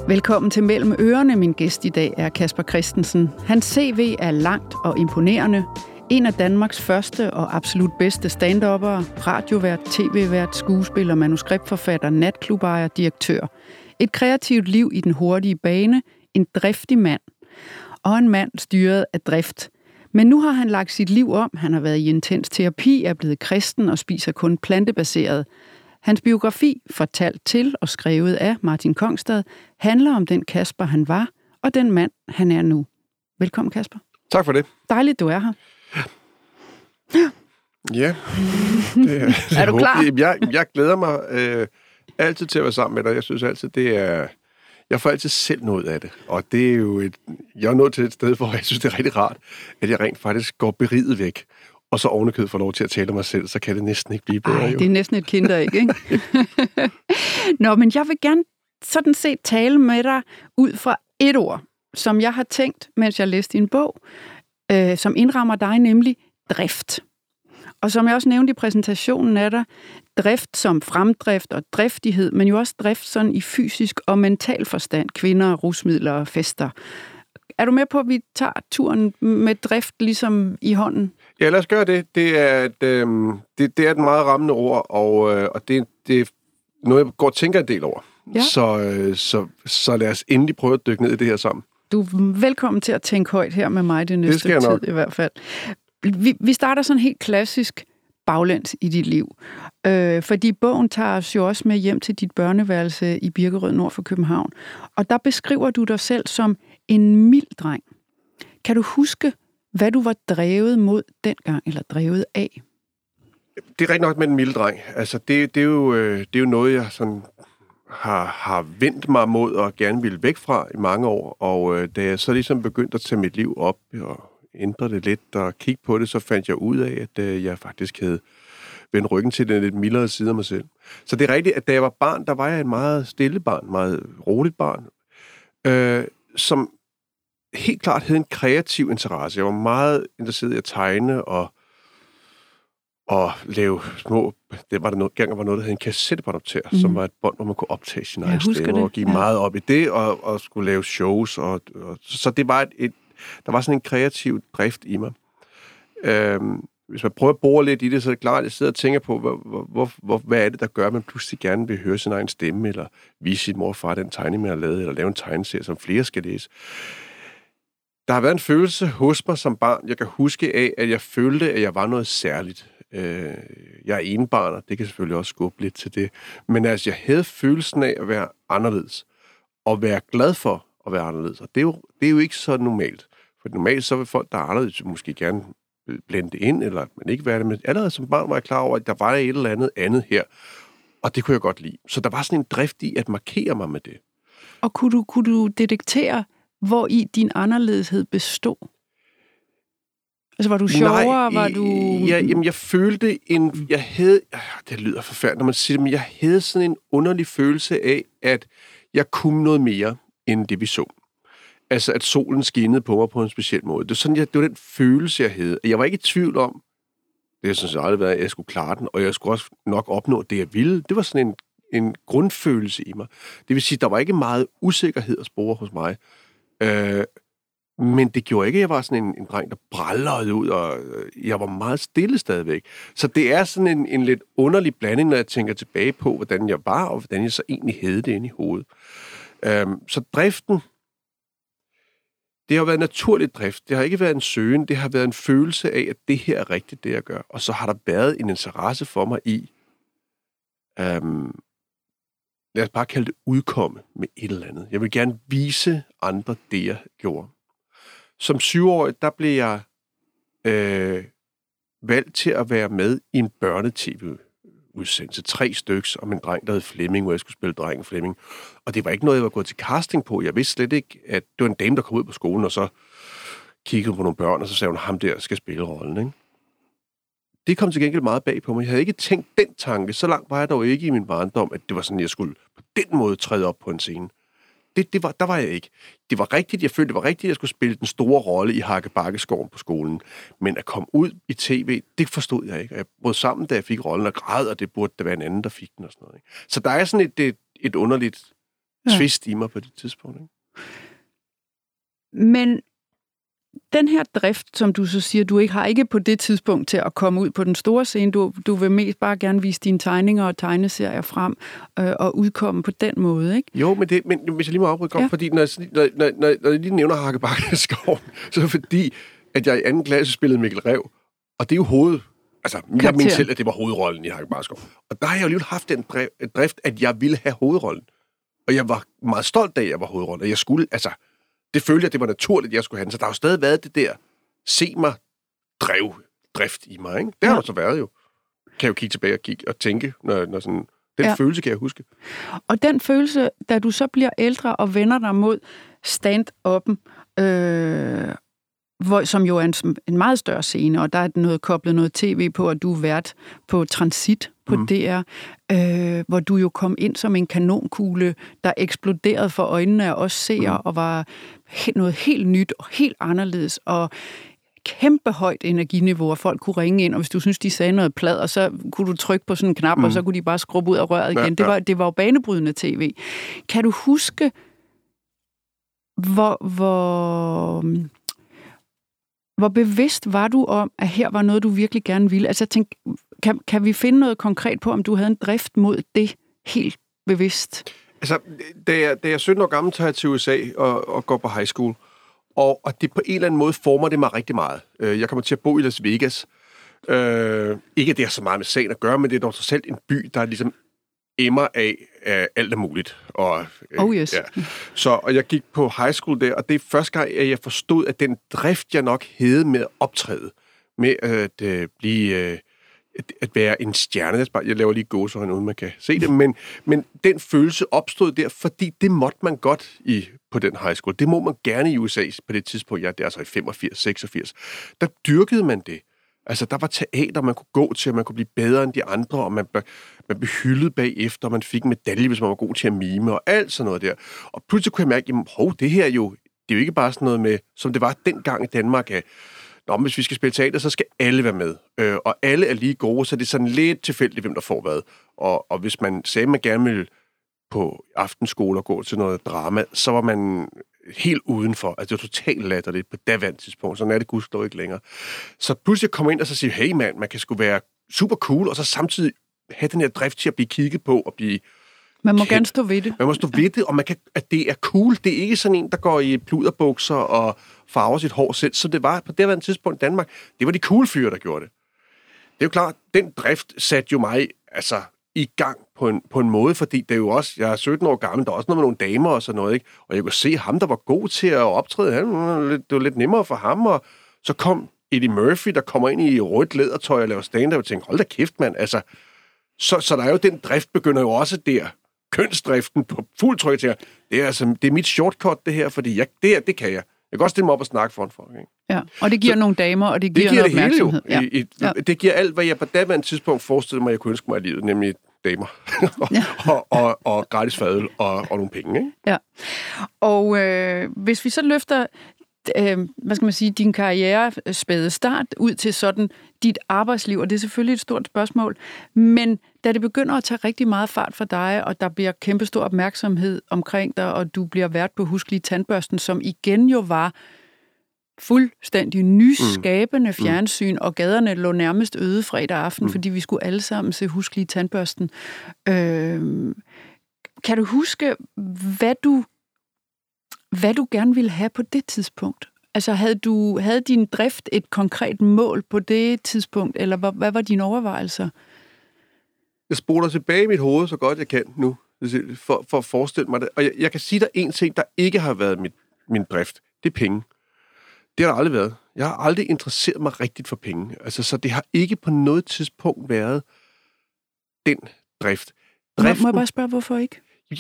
Velkommen til Mellem Ørerne. Min gæst i dag er Casper Christensen. Hans CV er langt og imponerende. En af Danmarks første og absolut bedste stand-uppere, radiovært, tv-vært, skuespiller, manuskriptforfatter, natklubejer, direktør. Et kreativt liv i den hurtige bane, en driftig mand. Og en mand styret af drift. Men nu har han lagt sit liv om. Han har været i intens terapi, er blevet kristen og spiser kun plantebaseret. Hans biografi, fortalt til og skrevet af Martin Kongstad, handler om den Casper, han var, og den mand, han er nu. Velkommen, Casper. Tak for det. Dejligt, du er her. Ja. Det er du klar? Jeg glæder mig altid til at være sammen med dig. Jeg synes altid, det er... Jeg får altid selv noget af det. Og det er jo jeg er nået til et sted, hvor jeg synes, det er rigtig rart, at jeg rent faktisk går beriget væk. Og så ovenikøbet får lov til at tale om mig selv, så kan det næsten ikke blive bedre. Det er næsten et kinderæg, ikke? Nå, men jeg vil gerne sådan set tale med dig ud fra et ord, som jeg har tænkt, mens jeg læste din bog, som indrammer dig, nemlig drift. Og som jeg også nævnte i præsentationen af dig, drift som fremdrift og driftighed, men jo også drift sådan i fysisk og mental forstand, kvinder, rusmidler og fester. Er du med på, at vi tager turen med drift ligesom i hånden? Ja, lad os gøre det. Det er et meget rammende ord, og det er noget, jeg går og tænker en del over. Ja. Så lad os endelig prøve at dykke ned i det her sammen. Du er velkommen til at tænke højt her med mig det næste tid i hvert fald. Vi starter sådan helt klassisk baglæns i dit liv. Fordi bogen tager os jo også med hjem til dit børneværelse i Birkerød nord for København. Og der beskriver du dig selv som en mild dreng. Kan du huske, hvad du var drevet mod dengang, eller drevet af? Det er rigtig nok med en mild dreng. Altså, det er jo noget, jeg sådan har vendt mig mod og gerne ville væk fra i mange år. Og da jeg så ligesom begyndte at tage mit liv op og ændre det lidt og kigge på det, så fandt jeg ud af, at jeg faktisk havde vendt ryggen til den lidt mildere side af mig selv. Så det er rigtigt, at da jeg var barn, der var jeg en meget stille barn, meget roligt barn, som helt klart havde en kreativ interesse. Jeg var meget interesseret i at tegne og lave små... Det var der noget, gang var noget, der hed en kassettebåndoptager, som var et bånd, hvor man kunne optage sin egen stemme og give meget op i det, og skulle lave shows. Så det var der var sådan en kreativ drift i mig. Hvis man prøver at bore lidt i det, så er det klart, at jeg sidder og tænker på, hvad er det, der gør, at man pludselig gerne vil høre sin egen stemme, eller vise sin mor og far den tegning, man har lavet, eller lave en tegneserie, som flere skal læse. Der har været en følelse hos mig som barn. Jeg kan huske af, at jeg følte, at jeg var noget særligt. Jeg er enebarn, og det kan selvfølgelig også skubbe lidt til det. Men altså, jeg havde følelsen af at være anderledes, og være glad for at være anderledes. Og det er jo ikke så normalt. For normalt så vil folk, der er anderledes, måske gerne blende ind, eller man ikke være det. Men allerede som barn var jeg klar over, at der var et eller andet her. Og det kunne jeg godt lide. Så der var sådan en drift i at markere mig med det. Og kunne du detektere, hvor i din anderledeshed bestod? Altså, var du sjovere? Nej, jamen, jeg følte jeg havde... Det lyder forfærdeligt, når man siger det, men jeg havde sådan en underlig følelse af, at jeg kunne noget mere, end det vi så. Altså, at solen skinnede på mig på en speciel måde. Det var den følelse, jeg havde. Jeg var ikke i tvivl om, det har sådan set aldrig været, at jeg skulle klare den, og jeg skulle også nok opnå det, jeg ville. Det var sådan en grundfølelse i mig. Det vil sige, der var ikke meget usikkerhed at spore hos mig. Men det gjorde ikke, at jeg var sådan en dreng, der brallede ud, og jeg var meget stille stadigvæk. Så det er sådan en lidt underlig blanding, når jeg tænker tilbage på, hvordan jeg var, og hvordan jeg så egentlig havde det inde i hovedet. Så driften, det har været en naturlig drift. Det har ikke været en søgen. Det har været en følelse af, at det her er rigtigt, det jeg gør. Og så har der været en interesse for mig i, lad os bare kalde det udkomme med et eller andet. Jeg vil gerne vise andre det, jeg gjorde. Som 7-årig, der blev jeg valgt til at være med i en børnetv-udsendelse. 3 stykker om en dreng, der hed Flemming, hvor jeg skulle spille drengen Flemming. Og det var ikke noget, jeg var gået til casting på. Jeg vidste slet ikke, at det var en dame, der kom ud på skolen, og så kiggede på nogle børn, og så sagde hun, ham der skal spille rollen, ikke? Det kom til gengæld meget bag på mig. Jeg havde ikke tænkt den tanke. Så langt var jeg dog ikke i min barndom, at det var sådan, jeg skulle på den måde træde op på en scene. Der var jeg ikke. Det var rigtigt, jeg følte, det var rigtigt, at jeg skulle spille den store rolle i Hakkebakkeskoven på skolen. Men at komme ud i tv, det forstod jeg ikke. Og jeg brød sammen, da jeg fik rollen og græd, og det burde der være en anden, der fik den og sådan noget. Ikke? Så der er sådan et underligt twist i mig på det tidspunkt. Ikke? Men den her drift, som du så siger, du ikke har ikke på det tidspunkt til at komme ud på den store scene. Du vil mest bare gerne vise dine tegninger og tegneserier frem og udkomme på den måde, ikke? Jo, men hvis jeg lige må afbryde, fordi når jeg lige nævner Hakkebakkeskoven, så er det fordi, at jeg i anden klasse spillede Mikkel Rev, og det er jo jeg mener selv, at det var hovedrollen i Hakkebakkeskoven. Og der har jeg jo alligevel haft den drift, at jeg ville have hovedrollen. Og jeg var meget stolt af, at jeg var hovedrollen, og jeg skulle, det følte jeg, at det var naturligt, at jeg skulle have den. Så der har jo stadig været det der, se mig, drift i mig, ikke? Det har der så været jo. Kan jeg jo kigge tilbage og tænke, når sådan... Den følelse kan jeg huske. Og den følelse, da du så bliver ældre og vender dig mod stand-up'en, som jo er en meget større scene, og der er koblet noget tv på, og du er vært på Transit på DR, hvor du jo kom ind som en kanonkugle, der eksploderede for øjnene af os seere, og var noget helt nyt og helt anderledes, og kæmpe højt energiniveau, og folk kunne ringe ind, og hvis du synes, de sagde noget plad, og så kunne du trykke på sådan en knap, og så kunne de bare skrubbe ud af røret igen. Ja. Det var jo banebrydende tv. Kan du huske, hvor bevidst var du om, at her var noget, du virkelig gerne ville? Altså, tænk, kan vi finde noget konkret på, om du havde en drift mod det helt bevidst? Altså, da jeg er 17 år gammel, tager jeg til USA og går på high school. Og det på en eller anden måde former det mig rigtig meget. Jeg kommer til at bo i Las Vegas. Ikke at det har så meget med sagen at gøre, men det er dog selv en by, der ligesom emmer af alt er muligt. Og, yes. Og jeg gik på high school der, og det er første gang, at jeg forstod, at den drift, jeg nok havde med at optræde, med at blive... at være en stjerne. Jeg laver lige gåsehøjne, uden man kan se det, men den følelse opstod der, fordi det måtte man godt på den high school. Det må man gerne i USA på det tidspunkt. Det er altså i 85, 86. Der dyrkede man det. Altså, der var teater, man kunne gå til, og man kunne blive bedre end de andre, og man blev hyldet bagefter, og man fik en medalje, hvis man var god til at mime, og alt sådan noget der. Og pludselig kunne jeg mærke, det her det er jo ikke bare sådan noget med, som det var dengang i Danmark, men hvis vi skal spille teater, så skal alle være med. Og alle er lige gode, så det er sådan lidt tilfældigt, hvem der får hvad. Og hvis man sagde, at man gerne ville på aftenskole og gå til noget drama, så var man helt udenfor. Altså, det var totalt latterligt på daværende tidspunkt. Sådan er det gudskelov ikke længere. Så pludselig kommer ind og så siger, hey mand, man kan sgu være super cool, og så samtidig have den her drift til at blive kigget på og blive... Man må gerne stå ved det. Man må stå ved det, og at det er cool. Det er ikke sådan en, der går i pluderbukser og farver sit hår selv. Så det var på det tidspunkt i Danmark, det var de cool fyre, der gjorde det. Det er jo klart, den drift satte jo mig i gang på en måde, fordi det er jo også, jeg er 17 år gammel, der er også noget med nogle damer og sådan noget, ikke? Og jeg kunne se ham, der var god til at optræde. Det var lidt nemmere for ham, og så kom Eddie Murphy, der kommer ind i rødt lædertøj og laver stand-up, og tænkte, hold da kæft, mand. Altså, så der er jo den drift, begynder jo også der. Kønsdriften på fuld tryk til. Det er mit shortcut, det her, fordi det kan jeg. Jeg kan også stille mig op og snakke foran folk. Ikke? Ja, og det giver nogle damer, og det giver noget opmærksomhed. Det giver alt, hvad jeg på daværende tidspunkt forestillede mig, jeg kunne ønske mig i livet, nemlig damer. og gratis fadøl og nogle penge. Ikke? Ja. Og hvis vi så løfter din karrierespæde start ud til sådan dit arbejdsliv, og det er selvfølgelig et stort spørgsmål, men da det begynder at tage rigtig meget fart for dig, og der bliver kæmpestor opmærksomhed omkring dig, og du bliver vært på Husk Lige Tandbørsten, som igen jo var fuldstændig nyskabende fjernsyn, og gaderne lå nærmest øde fredag aften, fordi vi skulle alle sammen se Husk Lige Tandbørsten. Kan du huske, hvad du gerne ville have på det tidspunkt? Altså, havde din drift et konkret mål på det tidspunkt, eller hvad var dine overvejelser? Jeg spoler tilbage i mit hoved, så godt jeg kan nu, for at forestille mig det. Og jeg kan sige, der er en ting, der ikke har været min drift. Det er penge. Det har der aldrig været. Jeg har aldrig interesseret mig rigtigt for penge. Altså, så det har ikke på noget tidspunkt været den drift. Må jeg bare spørge, hvorfor ikke?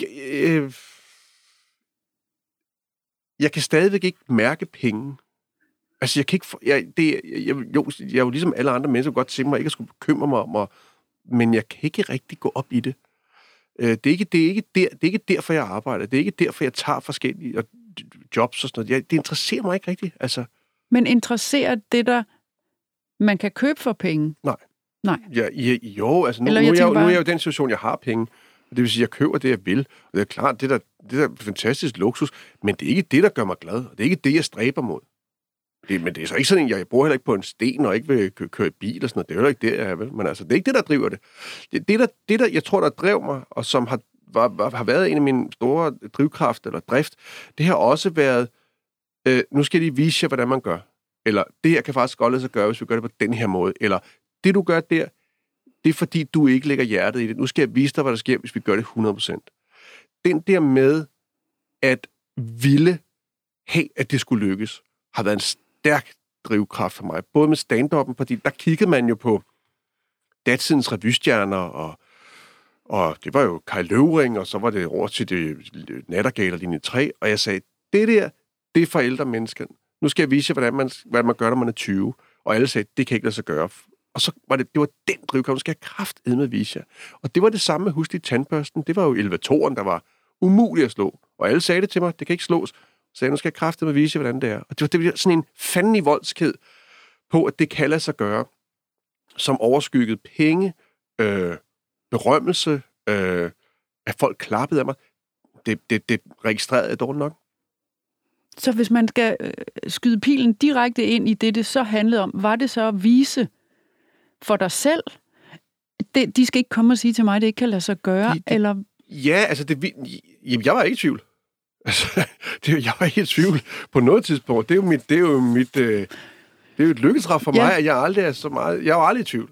Jeg kan stadigvæk ikke mærke penge. Altså, jeg kan ikke... Jeg er jo ligesom alle andre mennesker godt tænke mig ikke at skulle bekymre mig om, men jeg kan ikke rigtig gå op i det. Det er ikke derfor, jeg arbejder. Det er ikke derfor, jeg tager forskellige jobs og sådan noget. Det interesserer mig ikke rigtigt. Altså. Men interesserer det der, man kan købe for penge? Nej. Nej. Jo, altså nu er jeg jo i den situation, jeg har penge. Det vil sige, at jeg køber det, jeg vil. Og det er klart, det er fantastisk luksus, men det er ikke det, der gør mig glad. Og det er ikke det, jeg stræber mod. Men det er så ikke sådan, jeg bor heller ikke på en sten og ikke vil køre i bil og sådan noget. Det er jo ikke det, jeg er, vel? Men altså, det er ikke det, der driver det. Det der, jeg tror, der drev mig, og som har været en af mine store drivkræfter eller drift, det har også været, nu skal jeg lige vise jer, hvordan man gør. Eller det her kan faktisk godt lade sig gøre, hvis vi gør det på den her måde. Eller det, du gør der, det er fordi, du ikke lægger hjertet i det. Nu skal jeg vise dig, hvad der sker, hvis vi gør det 100%. Den der med at ville have, at det skulle lykkes, har været en stærk drivkraft for mig. Både med stand-up'en, fordi der kiggede man jo på datidens revystjerner, og det var jo Kai Løvring, og så var det over til det Nattergal og Linje 3, og jeg sagde, det der, det er for ældre mennesker. Nu skal jeg vise jer, hvad man gør, når man er 20. Og alle sagde, det kan ikke lade sig gøre. Og så var det var den drivkraft, skal jeg kraftedme vise jer. Og det var det samme med Husk i tandbørsten. Det var jo elevatoren, der var umulig at slå. Og alle sagde det til mig, det kan ikke slås. Så sagde jeg, nu skal jeg kraftedme vise jer, hvordan det er. Og det var sådan en fandelig voldsked på, at det kan lade sig gøre, som overskyggede penge, berømmelse, at folk klappede af mig. Det registrerede jeg dårligt nok. Så hvis man skal skyde pilen direkte ind i det så handlede om, var det så at vise for dig selv? De skal ikke komme og sige til mig, at det ikke kan lade sig gøre, eller... Ja, altså, jeg var ikke i tvivl. Altså, jeg var ikke i tvivl på noget tidspunkt. Det er jo et lykketræf for mig, at jeg aldrig er så meget... Jeg var aldrig i tvivl.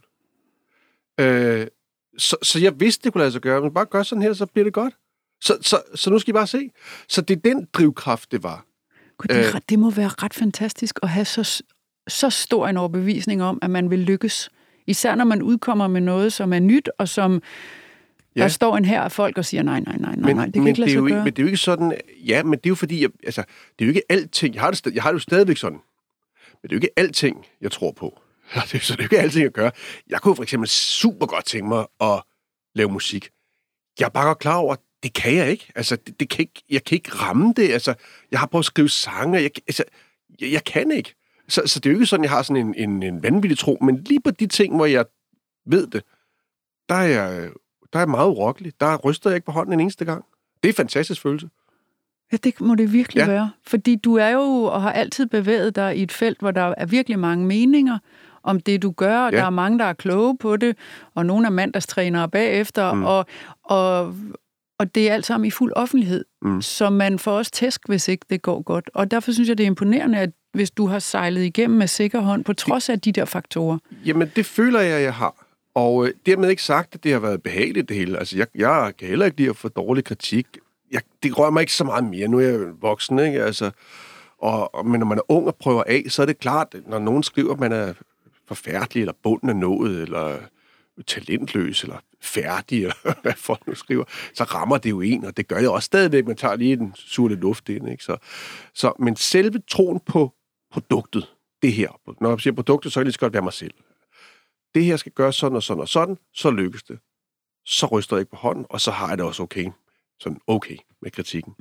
Så jeg vidste, det kunne lade sig gøre, men bare gør sådan her, så bliver det godt. Så nu skal I bare se. Så det er den drivkraft, det var. Det må være ret fantastisk at have så stor en overbevisning om, at man vil lykkes. Især når man udkommer med noget, som er nyt, og som der står en her af folk og siger, nej, det kan ikke lade sig gøre. Men det er jo ikke sådan, men det er jo fordi, det er jo ikke alting, jeg har det jo stadigvæk sådan, men det er jo ikke alting, jeg tror på. Så det er jo ikke alting, jeg gør. Jeg kunne for eksempel super godt tænke mig at lave musik. Jeg er bare godt klar over, det kan jeg ikke. Altså, jeg kan ikke ramme det. Altså, jeg har prøvet at skrive sange. Jeg kan ikke. Så det er jo ikke sådan, jeg har sådan en vanvittig tro, men lige på de ting, hvor jeg ved det, der er jeg meget urokkelig. Der ryster jeg ikke på hånden en eneste gang. Det er en fantastisk følelse. Ja, det må det virkelig være. Fordi du er jo og har altid bevæget dig i et felt, hvor der er virkelig mange meninger om det, du gør, og der er mange, der er kloge på det, og nogle er mandagstrænere bagefter, og det er alt sammen i fuld offentlighed, så man får også tæsk, hvis ikke det går godt. Og derfor synes jeg, det er imponerende, at hvis du har sejlet igennem med sikker hånd, på trods af de der faktorer. Jamen, det føler jeg har. Og dermed ikke sagt, at det har været behageligt det hele. Altså, jeg kan heller ikke lide at få dårlig kritik. Det rører mig ikke så meget mere. Nu er jeg voksen, ikke? Altså, men når man er ung og prøver af, så er det klart, når nogen skriver, at man er forfærdelig, eller bunden af noget, eller talentløs, eller færdig, eller hvad folk nu skriver, så rammer det jo en, og det gør jeg også stadigvæk. Man tager lige den sure luft ind, ikke? Men selve troen på produktet, det her, når jeg siger produktet, så kan det lige så godt være mig selv. Det her skal gøre sådan og sådan og sådan, så lykkes det. Så ryster jeg ikke på hånden, og så har jeg det også okay med kritikken.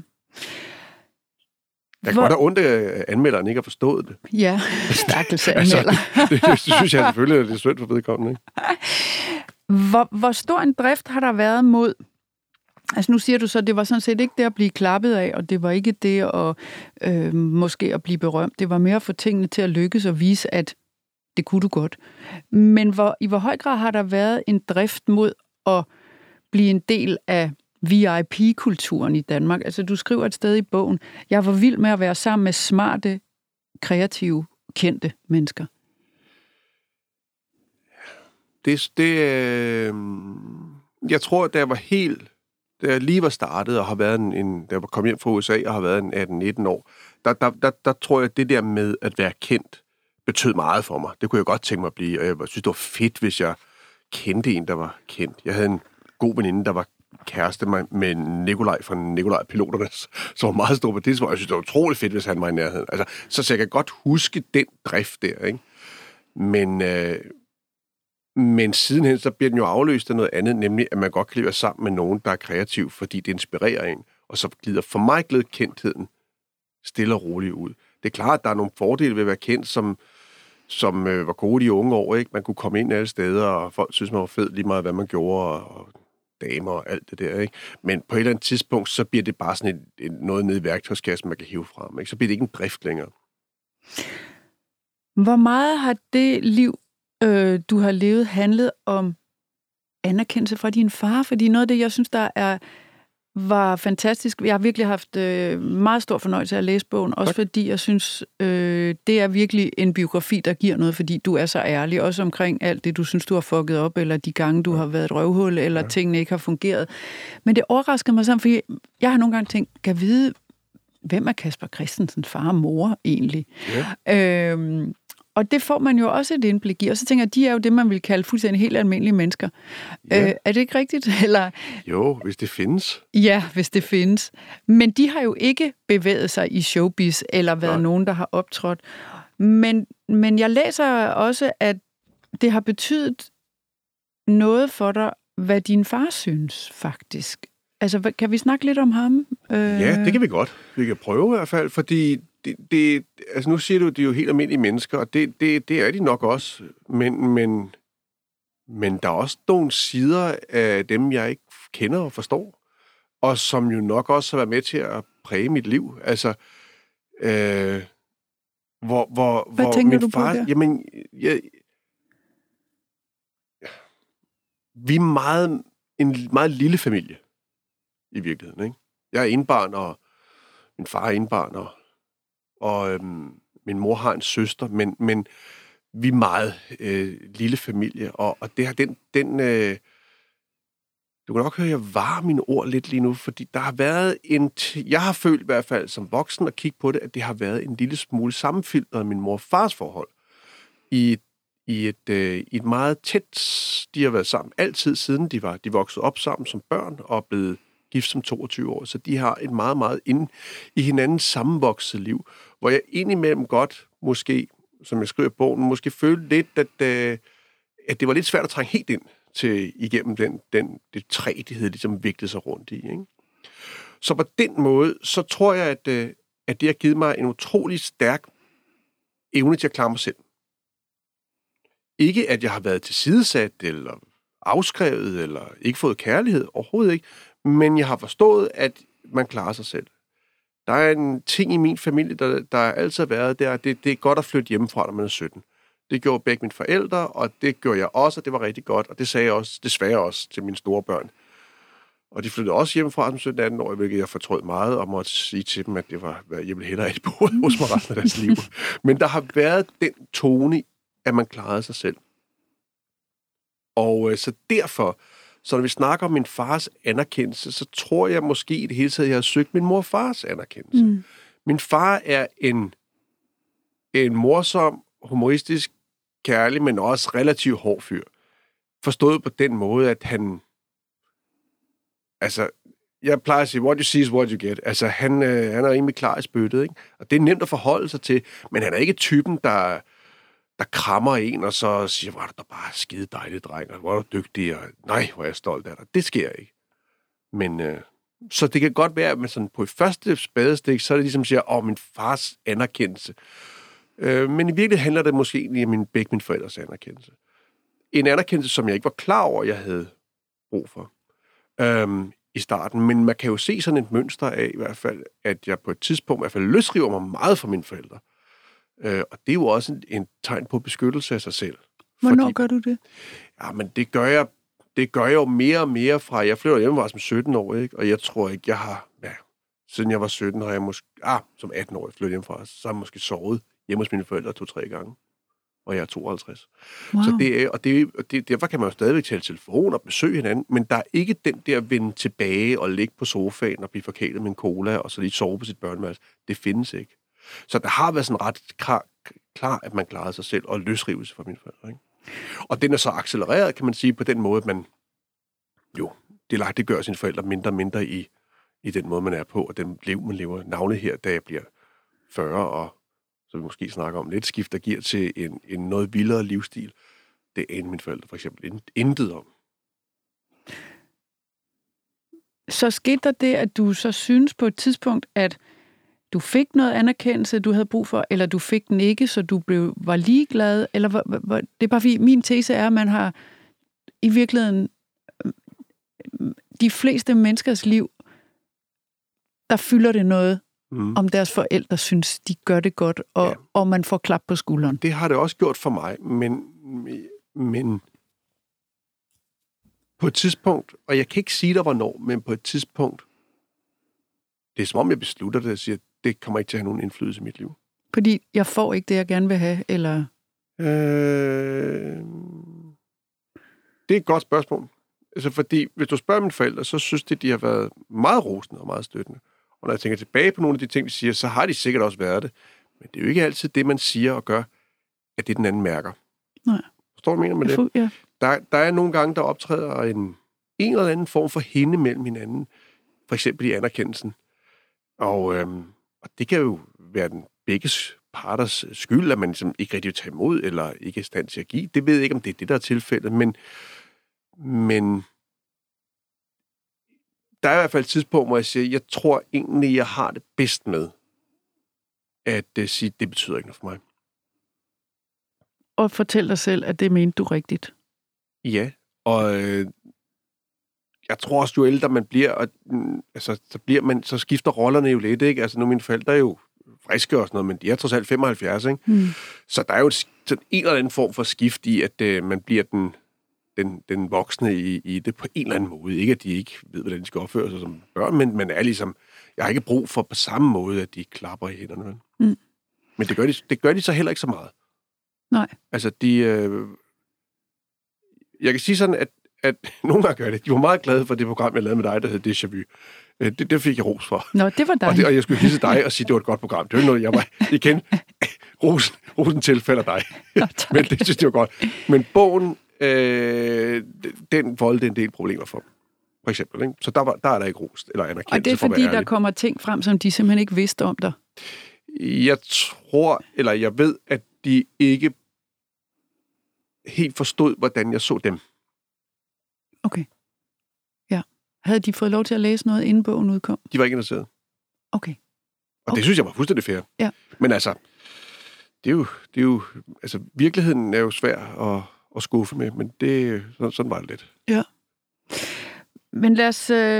Jeg kan godt have ondt af anmelderen ikke har forstået det. Ja, stakkels anmelder. Det synes jeg selvfølgelig, det er synd for vedkommende. Ikke? Hvor stor en drift har der været mod... Altså nu siger du så, at det var sådan set ikke det at blive klappet af, og det var ikke det at måske at blive berømt. Det var mere at få tingene til at lykkes og vise, at det kunne du godt. Men i hvor høj grad har der været en drift mod at blive en del af VIP-kulturen i Danmark? Altså, du skriver et sted i bogen, jeg var vild med at være sammen med smarte, kreative, kendte mennesker. Jeg tror, da jeg lige var startet og har været da jeg kom hjem fra USA og har været 18-19 år, der tror jeg, at det der med at være kendt betød meget for mig. Det kunne jeg godt tænke mig at blive, og jeg synes, det var fedt, hvis jeg kendte en, der var kendt. Jeg havde en god veninde, der var kæreste med Nikolaj fra Nikolaj Piloterne, som var meget stor på det, og jeg synes, det var utroligt fedt, hvis han var i nærheden. Altså, så jeg kan godt huske den drift der, ikke? Men sidenhen, så bliver den jo afløst af noget andet, nemlig, at man godt kan være sammen med nogen, der er kreativ, fordi det inspirerer en. Og så glider for mig kendtheden stille og roligt ud. Det er klart, at der er nogle fordele ved at være kendt, som var gode de unge år, ikke? Man kunne komme ind alle steder, og folk synes, man var fed lige meget, hvad man gjorde, og damer og alt det der, ikke? Men på et eller andet tidspunkt, så bliver det bare sådan noget nede i værktøjskassen, man kan hive frem, ikke? Så bliver det ikke en drift længere. Hvor meget har det liv, du har levet, handlet om anerkendelse fra din far? Fordi noget af det, jeg synes, var fantastisk. Jeg har virkelig haft meget stor fornøjelse af at læse bogen, også fordi jeg synes, det er virkelig en biografi, der giver noget, fordi du er så ærlig, også omkring alt det, du synes, du har fucket op, eller de gange, du har været et røvhul, eller tingene ikke har fungeret. Men det overrasker mig sammen, fordi jeg har nogle gange tænkt, kan vide, hvem er Casper Christensens far og mor egentlig? Ja. Og det får man jo også et indblik i. Og så tænker jeg, de er jo det, man vil kalde fuldstændig helt almindelige mennesker. Ja. Er det ikke rigtigt? Eller? Jo, hvis det findes. Ja, hvis det findes. Men de har jo ikke bevæget sig i showbiz, eller været nogen, der har optrådt. Men jeg læser også, at det har betydet noget for dig, hvad din far synes, faktisk. Altså, kan vi snakke lidt om ham? Ja, det kan vi godt. Vi kan prøve i hvert fald, fordi altså nu siger du, de er jo helt almindelige mennesker, og det er de nok også, men der er også nogle sider af dem, jeg ikke kender og forstår, og som jo nok også har været med til at præge mit liv. Altså, Hvad tænker du på der? Jamen, vi er en meget lille familie, i virkeligheden, ikke? Jeg er enebarn, og min far er enebarn, og min mor har en søster, men vi er meget lille familie, og det har du kan nok høre, at jeg varer mine ord lidt lige nu, fordi der har været jeg har følt i hvert fald som voksen at kigge på det, at det har været en lille smule sammenfiltret af min mor og fars forhold. I et meget tæt, de har været sammen altid siden de voksede op sammen som børn og blevet gift som 22 år, så de har et meget, meget i hinanden sammenvokset liv, hvor jeg indimellem godt, måske, som jeg skriver i bogen, måske følte lidt, at det var lidt svært at trænge helt ind igennem det træ, de havde ligesom viklet sig rundt i, ikke? Så på den måde, så tror jeg, at det har givet mig en utrolig stærk evne til at klare mig selv. Ikke, at jeg har været tilsidesat, eller afskrevet, eller ikke fået kærlighed, overhovedet ikke, men jeg har forstået, at man klarer sig selv. Der er en ting i min familie, der altid har været, det er godt at flytte hjemmefra, når man er 17. Det gjorde begge mine forældre, og det gjorde jeg også, og det var rigtig godt, og det sagde jeg også, desværre også til mine store børn. Og de flyttede også hjemmefra som 17-18 år, hvilket jeg fortrød meget, og måtte sige til dem, at det var, jeg ville hellere ikke bo hos mig resten af deres liv. Men der har været den tone, at man klarede sig selv. Og så derfor, så når vi snakker om min fars anerkendelse, så tror jeg måske i det hele taget, jeg har søgt min mor og fars anerkendelse. Mm. Min far er en morsom, humoristisk, kærlig, men også relativt hård fyr. Forstået på den måde, at han... Altså, jeg plejer at sige, what you see is what you get. Altså, han er rimelig klar i spyttet, ikke? Og det er nemt at forholde sig til, men han er ikke typen, der krammer en, og så siger, hvor er du bare skide dejlig, dreng, og hvor er du dygtig, og nej, hvor er jeg stolt af dig. Det sker ikke. Men, så det kan godt være, at man sådan på et første spadestik, så er det ligesom siger, min fars anerkendelse. Men i virkeligheden handler det måske egentlig om begge mine forældres anerkendelse. En anerkendelse, som jeg ikke var klar over, jeg havde brug for i starten. Men man kan jo se sådan et mønster af, i hvert fald, at jeg på et tidspunkt i hvert fald løsriver mig meget fra mine forældre. Og det er jo også en tegn på beskyttelse af sig selv. Hvornår gør du det? Ja, men det gør jeg jo mere og mere fra... Jeg flytter hjemmefra som 17 år, ikke? Og jeg tror ikke, jeg har... Ja, siden jeg var 17, har jeg måske... som 18 år, jeg flyttede hjemmefra, så har jeg måske sovet hjemme hos mine forældre 2-3 gange. Og jeg er 52. Wow. Så derfor kan man jo stadigvæk tale telefon og besøge hinanden, men der er ikke den der vende tilbage og ligge på sofaen og blive forkælet med en cola, og så lige sove på sit børneværelse. Det findes ikke. Så der har været sådan ret klar, at man klarede sig selv og løsrivelse fra mine forældre, ikke? Og den er så accelereret, kan man sige, på den måde, at man jo, det gør sine forældre mindre og mindre i den måde, man er på, og den liv, man lever. Navnet her, da jeg bliver 40, og så vi måske snakker om lidt skift, der giver til en noget vildere livsstil. Det er mine forældre for eksempel intet om. Så skete der det, at du så synes på et tidspunkt, at du fik noget anerkendelse, du havde brug for, eller du fik den ikke, så du var ligeglad? Eller det er bare fordi, min tese er, at man har i virkeligheden de fleste menneskers liv, der fylder det noget, om deres forældre synes, de gør det godt, og man får klap på skulderen. Det har det også gjort for mig, men på et tidspunkt, og jeg kan ikke sige dig hvornår, men på et tidspunkt, det er som om jeg beslutter det og siger, at det kommer ikke til at have nogen indflydelse i mit liv. Fordi jeg får ikke det, jeg gerne vil have, eller? Det er et godt spørgsmål. Altså fordi, hvis du spørger mine forældre, så synes de har været meget rosende og meget støttende. Og når jeg tænker tilbage på nogle af de ting, de siger, så har de sikkert også været det. Men det er jo ikke altid det, man siger og gør, at det den anden mærker. Nej. Forstår du, hvad jeg mener med det? Ja. Der er nogle gange, der optræder en eller anden form for hende mellem hinanden. For eksempel i anerkendelsen. Og det kan jo være den begges parters skyld, at man ligesom ikke rigtig vil tage imod, eller ikke er i stand til at give. Det ved jeg ikke, om det er det, der er tilfældet, men der er i hvert fald et tidspunkt, hvor jeg siger, jeg tror egentlig, jeg har det bedst med at sige, det betyder ikke noget for mig. Og fortæl dig selv, at det mente du rigtigt. Ja, og jeg tror også, jo ældre man bliver, og, så skifter rollerne jo lidt, ikke? Altså nu mine forældre er jo friske og sådan noget, men de er trods alt 75, ikke? Så der er jo sådan en eller anden form for skift i, at man bliver den voksne i det på en eller anden måde. Ikke at de ikke ved, hvordan de skal opføre sig som børn, men er ligesom, jeg har ikke brug for på samme måde, at de klapper i hænderne. Men det gør de så heller ikke så meget. Nej. Altså, jeg kan sige sådan, at nogle gange gør det. De var meget glade for det program, jeg lavede med dig, der hed Déjà Vu. Det fik jeg ros for. Nå, det var dejligt. Og jeg skulle hilse dig og sige, at det var et godt program. Det var noget, jeg var igen. Rosen tilfælder dig. Nå, men det synes jeg var godt. Men bogen, den voldte en del problemer for eksempel. Ikke? Så der er der ikke ros eller anerkendelse. Og det er fordi, der kommer ting frem, som de simpelthen ikke vidste om dig? Jeg tror, eller jeg ved, at de ikke helt forstod, hvordan jeg så dem. Okay. Ja. Havde de fået lov til at læse noget, inden bogen udkom? De var ikke interesseret. Okay. Og det synes jeg var fuldstændig fair. Ja. Men altså, det er jo altså, virkeligheden er jo svær at skuffe med, men sådan var det lidt. Ja. Men lad os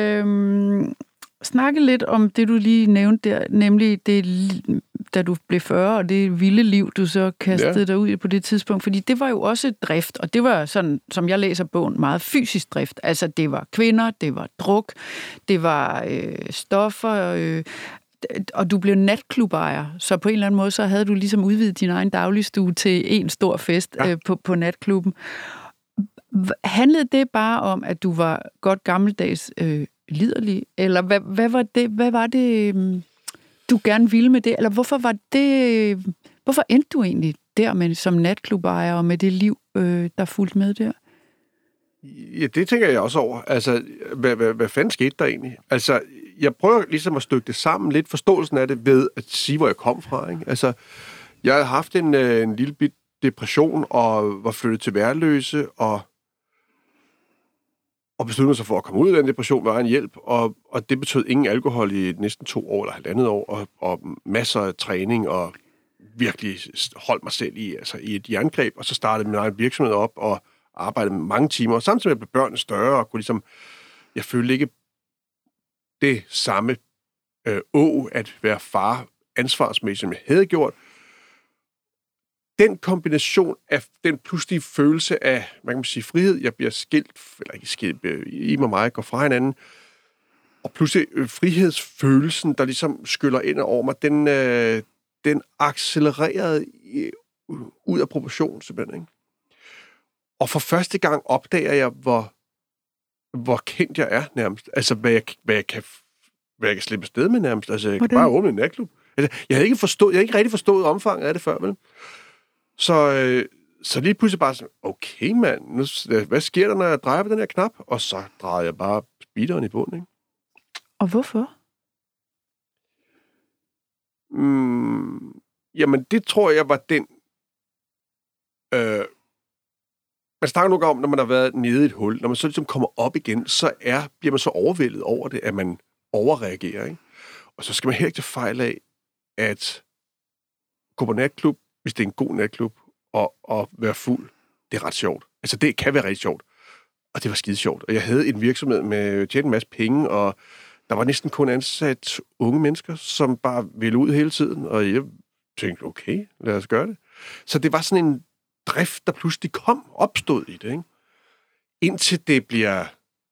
snakke lidt om det, du lige nævnte der, nemlig det, da du blev 40, og det vilde liv, du så kastede dig ud i på det tidspunkt. Fordi det var jo også drift, og det var sådan, som jeg læser bogen, meget fysisk drift. Altså, det var kvinder, det var druk, det var stoffer, og du blev natklubejer. Så på en eller anden måde, så havde du ligesom udvidet din egen dagligstue til en stor fest på natklubben. Handlede det bare om, at du var godt gammeldags liderlig? Eller hvad var det, du gerne ville med det? Eller hvorfor endte du egentlig der som natklubbejer og med det liv, der fulgte med der? Ja, det tænker jeg også over. Altså, hvad fanden skete der egentlig? Altså, jeg prøver ligesom at stykke det sammen, lidt forståelsen af det ved at sige, hvor jeg kom fra. Ikke? Altså, jeg havde haft en lille bit depression og var flyttet til Værløse og besluttede mig så for at komme ud af den depression med egen hjælp, og det betød ingen alkohol i næsten 2 år eller 1,5 år, og masser af træning, og virkelig holdt mig selv i et jerngreb, og så startede min egen virksomhed op, og arbejdede med mange timer, og samtidig blev børnene større, og kunne ligesom, jeg følte ikke det samme at være far ansvarsmæssigt, som jeg havde gjort. Den kombination af den pludselige følelse af, man kan sige, frihed, jeg bliver skilt, eller ikke skilt, i mig og mig går fra hinanden, og pludselig frihedsfølelsen, der ligesom skyller ind over mig, den accelererede ud af proportion, simpelthen. Ikke? Og for første gang opdager jeg, hvor kendt jeg er nærmest. Altså, hvad jeg kan slippe afsted med nærmest. Altså, jeg kan bare åbne en natklub. Altså, jeg havde ikke rigtig forstået omfanget af det før, vel? Så lige pludselig bare sådan, okay mand, hvad sker der, når jeg drejer på den her knap? Og så drejede jeg bare speederen i bunden, ikke? Og hvorfor? Jamen, det tror jeg var den... man snakker nogle gange om, når man har været nede i et hul. Når man så ligesom kommer op igen, så bliver man så overvældet over det, at man overreagerer, ikke? Og så skal man heller ikke tage fejl af, at gå på natklub, hvis det er en god natklub, og være fuld, det er ret sjovt. Altså, det kan være rigtig sjovt. Og det var skide sjovt. Og jeg havde en virksomhed med tjent en masse penge, og der var næsten kun ansat unge mennesker, som bare ville ud hele tiden. Og jeg tænkte, okay, lad os gøre det. Så det var sådan en drift, der pludselig opstod i det, ikke? Indtil det bliver...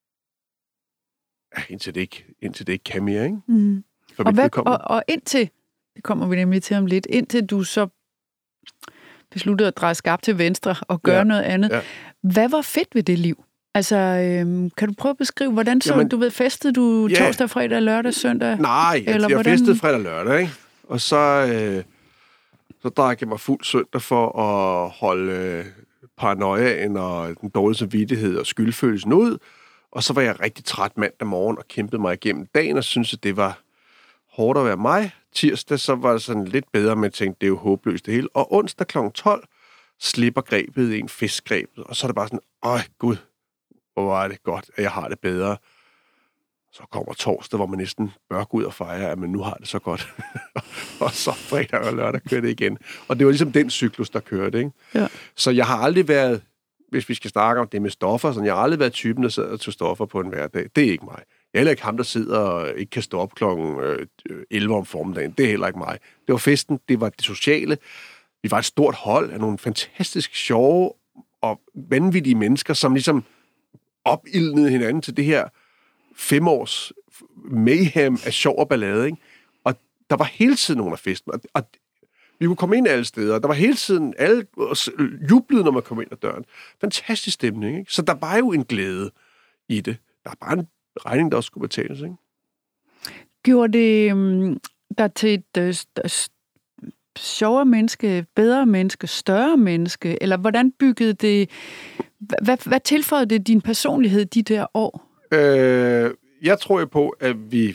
Ja, indtil det ikke kan mere, ikke? Mm. Og indtil, det kommer vi nemlig til om lidt, indtil du så besluttede at dreje skarpt til venstre og gøre noget andet. Ja. Hvad var fedt ved det liv? Altså, kan du prøve at beskrive, hvordan festede du torsdag, fredag, lørdag, søndag? Nej, jeg festede fredag og lørdag, ikke? Og så drak jeg mig fuld søndag for at holde paranoiaen og den dårlige samvittighed og skyldfølelsen ud. Og så var jeg rigtig træt mandag morgen og kæmpede mig igennem dagen og syntes, at det var hårdt at være mig. Tirsdag, så var det sådan lidt bedre, men jeg tænkte, det er jo håbløst det hele. Og onsdag kl. 12 slipper grebet en fiskgrebet, og så er det bare sådan, gud, hvor var det godt, at jeg har det bedre. Så kommer torsdag, hvor man næsten bør gå ud og fejre, at man nu har det så godt. Og så fredag og lørdag kører det igen. Og det var ligesom den cyklus, der kørte, ikke? Ja. Så jeg har aldrig været, hvis vi skal snakke om det med stoffer, så jeg har aldrig været typen, der sidder og tager stoffer på en hverdag. Det er ikke mig. Jeg er heller ikke ham, der sidder og ikke kan stå op klokken 11 om formiddagen. Det er heller ikke mig. Det var festen, det var det sociale. Vi var et stort hold af nogle fantastisk sjove og vanvittige mennesker, som ligesom opildnede hinanden til det her 5 års mayhem af sjov og ballade, ikke? Og der var hele tiden nogle af festen, og vi kunne komme ind alle steder, der var hele tiden, alle jublede, når man kom ind ad døren. Fantastisk stemning, ikke? Så der var jo en glæde i det. Der er bare en regning, der også skulle betales, ikke? Gjorde det der til et sjovere menneske, bedre menneske, større menneske, eller hvordan byggede det, hvad tilføjede det din personlighed de der år? Jeg tror jo på, at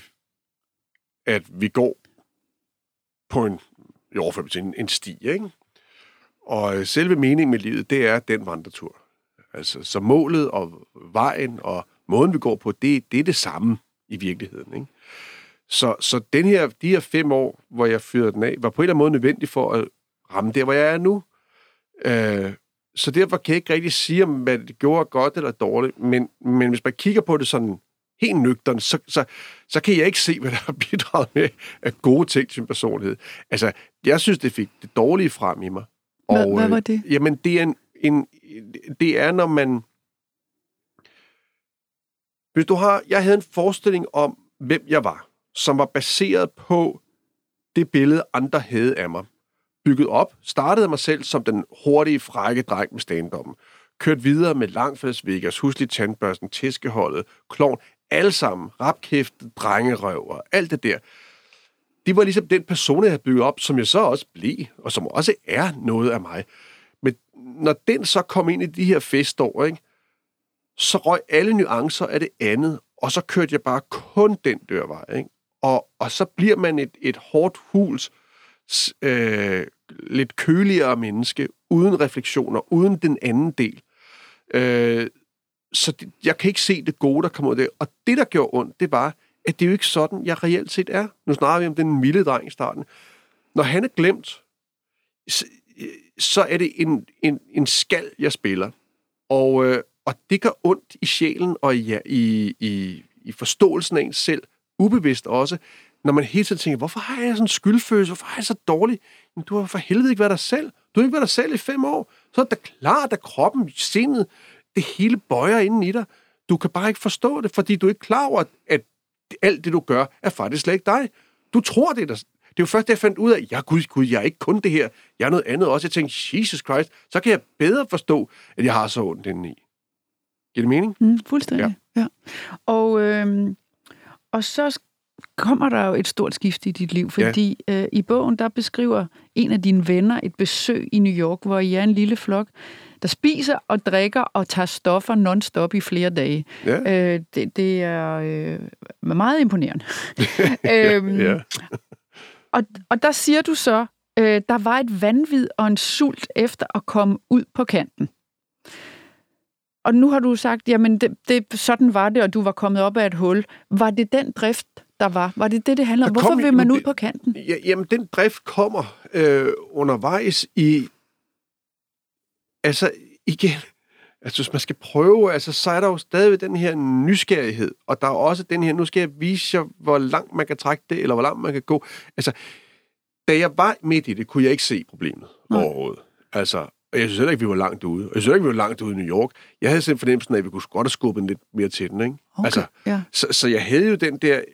vi går på en sti, ikke? Og selve meningen med livet, det er den vandretur. Altså, så målet og vejen og måden, vi går på, det er det samme i virkeligheden, ikke? Så de her 5 år, hvor jeg fyrede den af, var på en eller anden måde nødvendig for at ramme der, hvor jeg er nu. Så derfor kan jeg ikke rigtig sige, om hvad det gjorde godt eller dårligt, men hvis man kigger på det sådan helt nøgtern, så kan jeg ikke se, hvad der har bidraget med af gode ting til sin personlighed. Altså, jeg synes, det fik det dårlige frem i mig. Og, hvad var det? Jamen, det er, når man... Jeg havde en forestilling om, hvem jeg var, som var baseret på det billede, andre havde af mig. Bygget op, startede mig selv som den hurtige, frække dreng med stand-up'en. Kørt videre med Langfælds Vegas, Huslig Tandbørsten, Tæskeholdet, Klovn, alle sammen, rapkæftet, drengerøv og alt det der. Det var ligesom den person, jeg havde bygget op, som jeg så også blev, og som også er noget af mig. Men når den så kom ind i de her festår, ikke, så røg alle nuancer af det andet, og så kørte jeg bare kun den dørvej, ikke? Og så bliver man et hårdt huls, lidt køligere menneske, uden refleksioner, uden den anden del. Så jeg kan ikke se det gode, der kommer ud af det. Og det, der gjorde ondt, det var, at det er jo ikke sådan, jeg reelt set er. Nu snakker vi om den milde dreng i starten. Når han er glemt, så er det en skal, jeg spiller. Og det gør ondt i sjælen og i forståelsen af ens selv, ubevidst også, når man hele tiden tænker, hvorfor har jeg sådan en skyldfølelse? Hvorfor har jeg så dårlig? Men du har for helvede ikke været dig selv. Du har ikke været dig selv i 5 år. Så er det klart, at kroppen, sindet, det hele bøjer inden i dig. Du kan bare ikke forstå det, fordi du er ikke klar over, at alt det, du gør, er faktisk slet ikke dig. Du tror det. Det er jo først, jeg fandt ud af, Gud, jeg er ikke kun det her. Jeg er noget andet også. Jeg tænkte, Jesus Christ, så kan jeg bedre forstå, at jeg har så ondt indeni. Giver det mening? Fuldstændig, ja. Og så kommer der jo et stort skift i dit liv, fordi i bogen, der beskriver en af dine venner et besøg i New York, hvor I er en lille flok, der spiser og drikker og tager stoffer non-stop i flere dage. Ja. Det er meget imponerende. Og der siger du så, der var et vanvid og en sult efter at komme ud på kanten. Og nu har du sagt, jamen sådan var det, og du var kommet op af et hul. Var det den drift, der var? Var det det handler om? Hvorfor vil man ud på kanten? Jamen, den drift kommer undervejs i... Altså, igen... Altså, hvis man skal prøve, altså, så er der jo stadigvæk den her nysgerrighed, og der er også den her, nu skal jeg vise jer, hvor langt man kan trække det, eller hvor langt man kan gå. Altså, da jeg var midt i det, kunne jeg ikke se problemet overhovedet. Altså, og jeg synes heller ikke, vi var langt ude. Og jeg synes heller ikke, vi var langt ude i New York. Jeg havde simpelthen fornemmelsen af, at vi kunne godt have skubbet lidt mere til den, ikke? Okay, altså, ja. så jeg havde jo den der,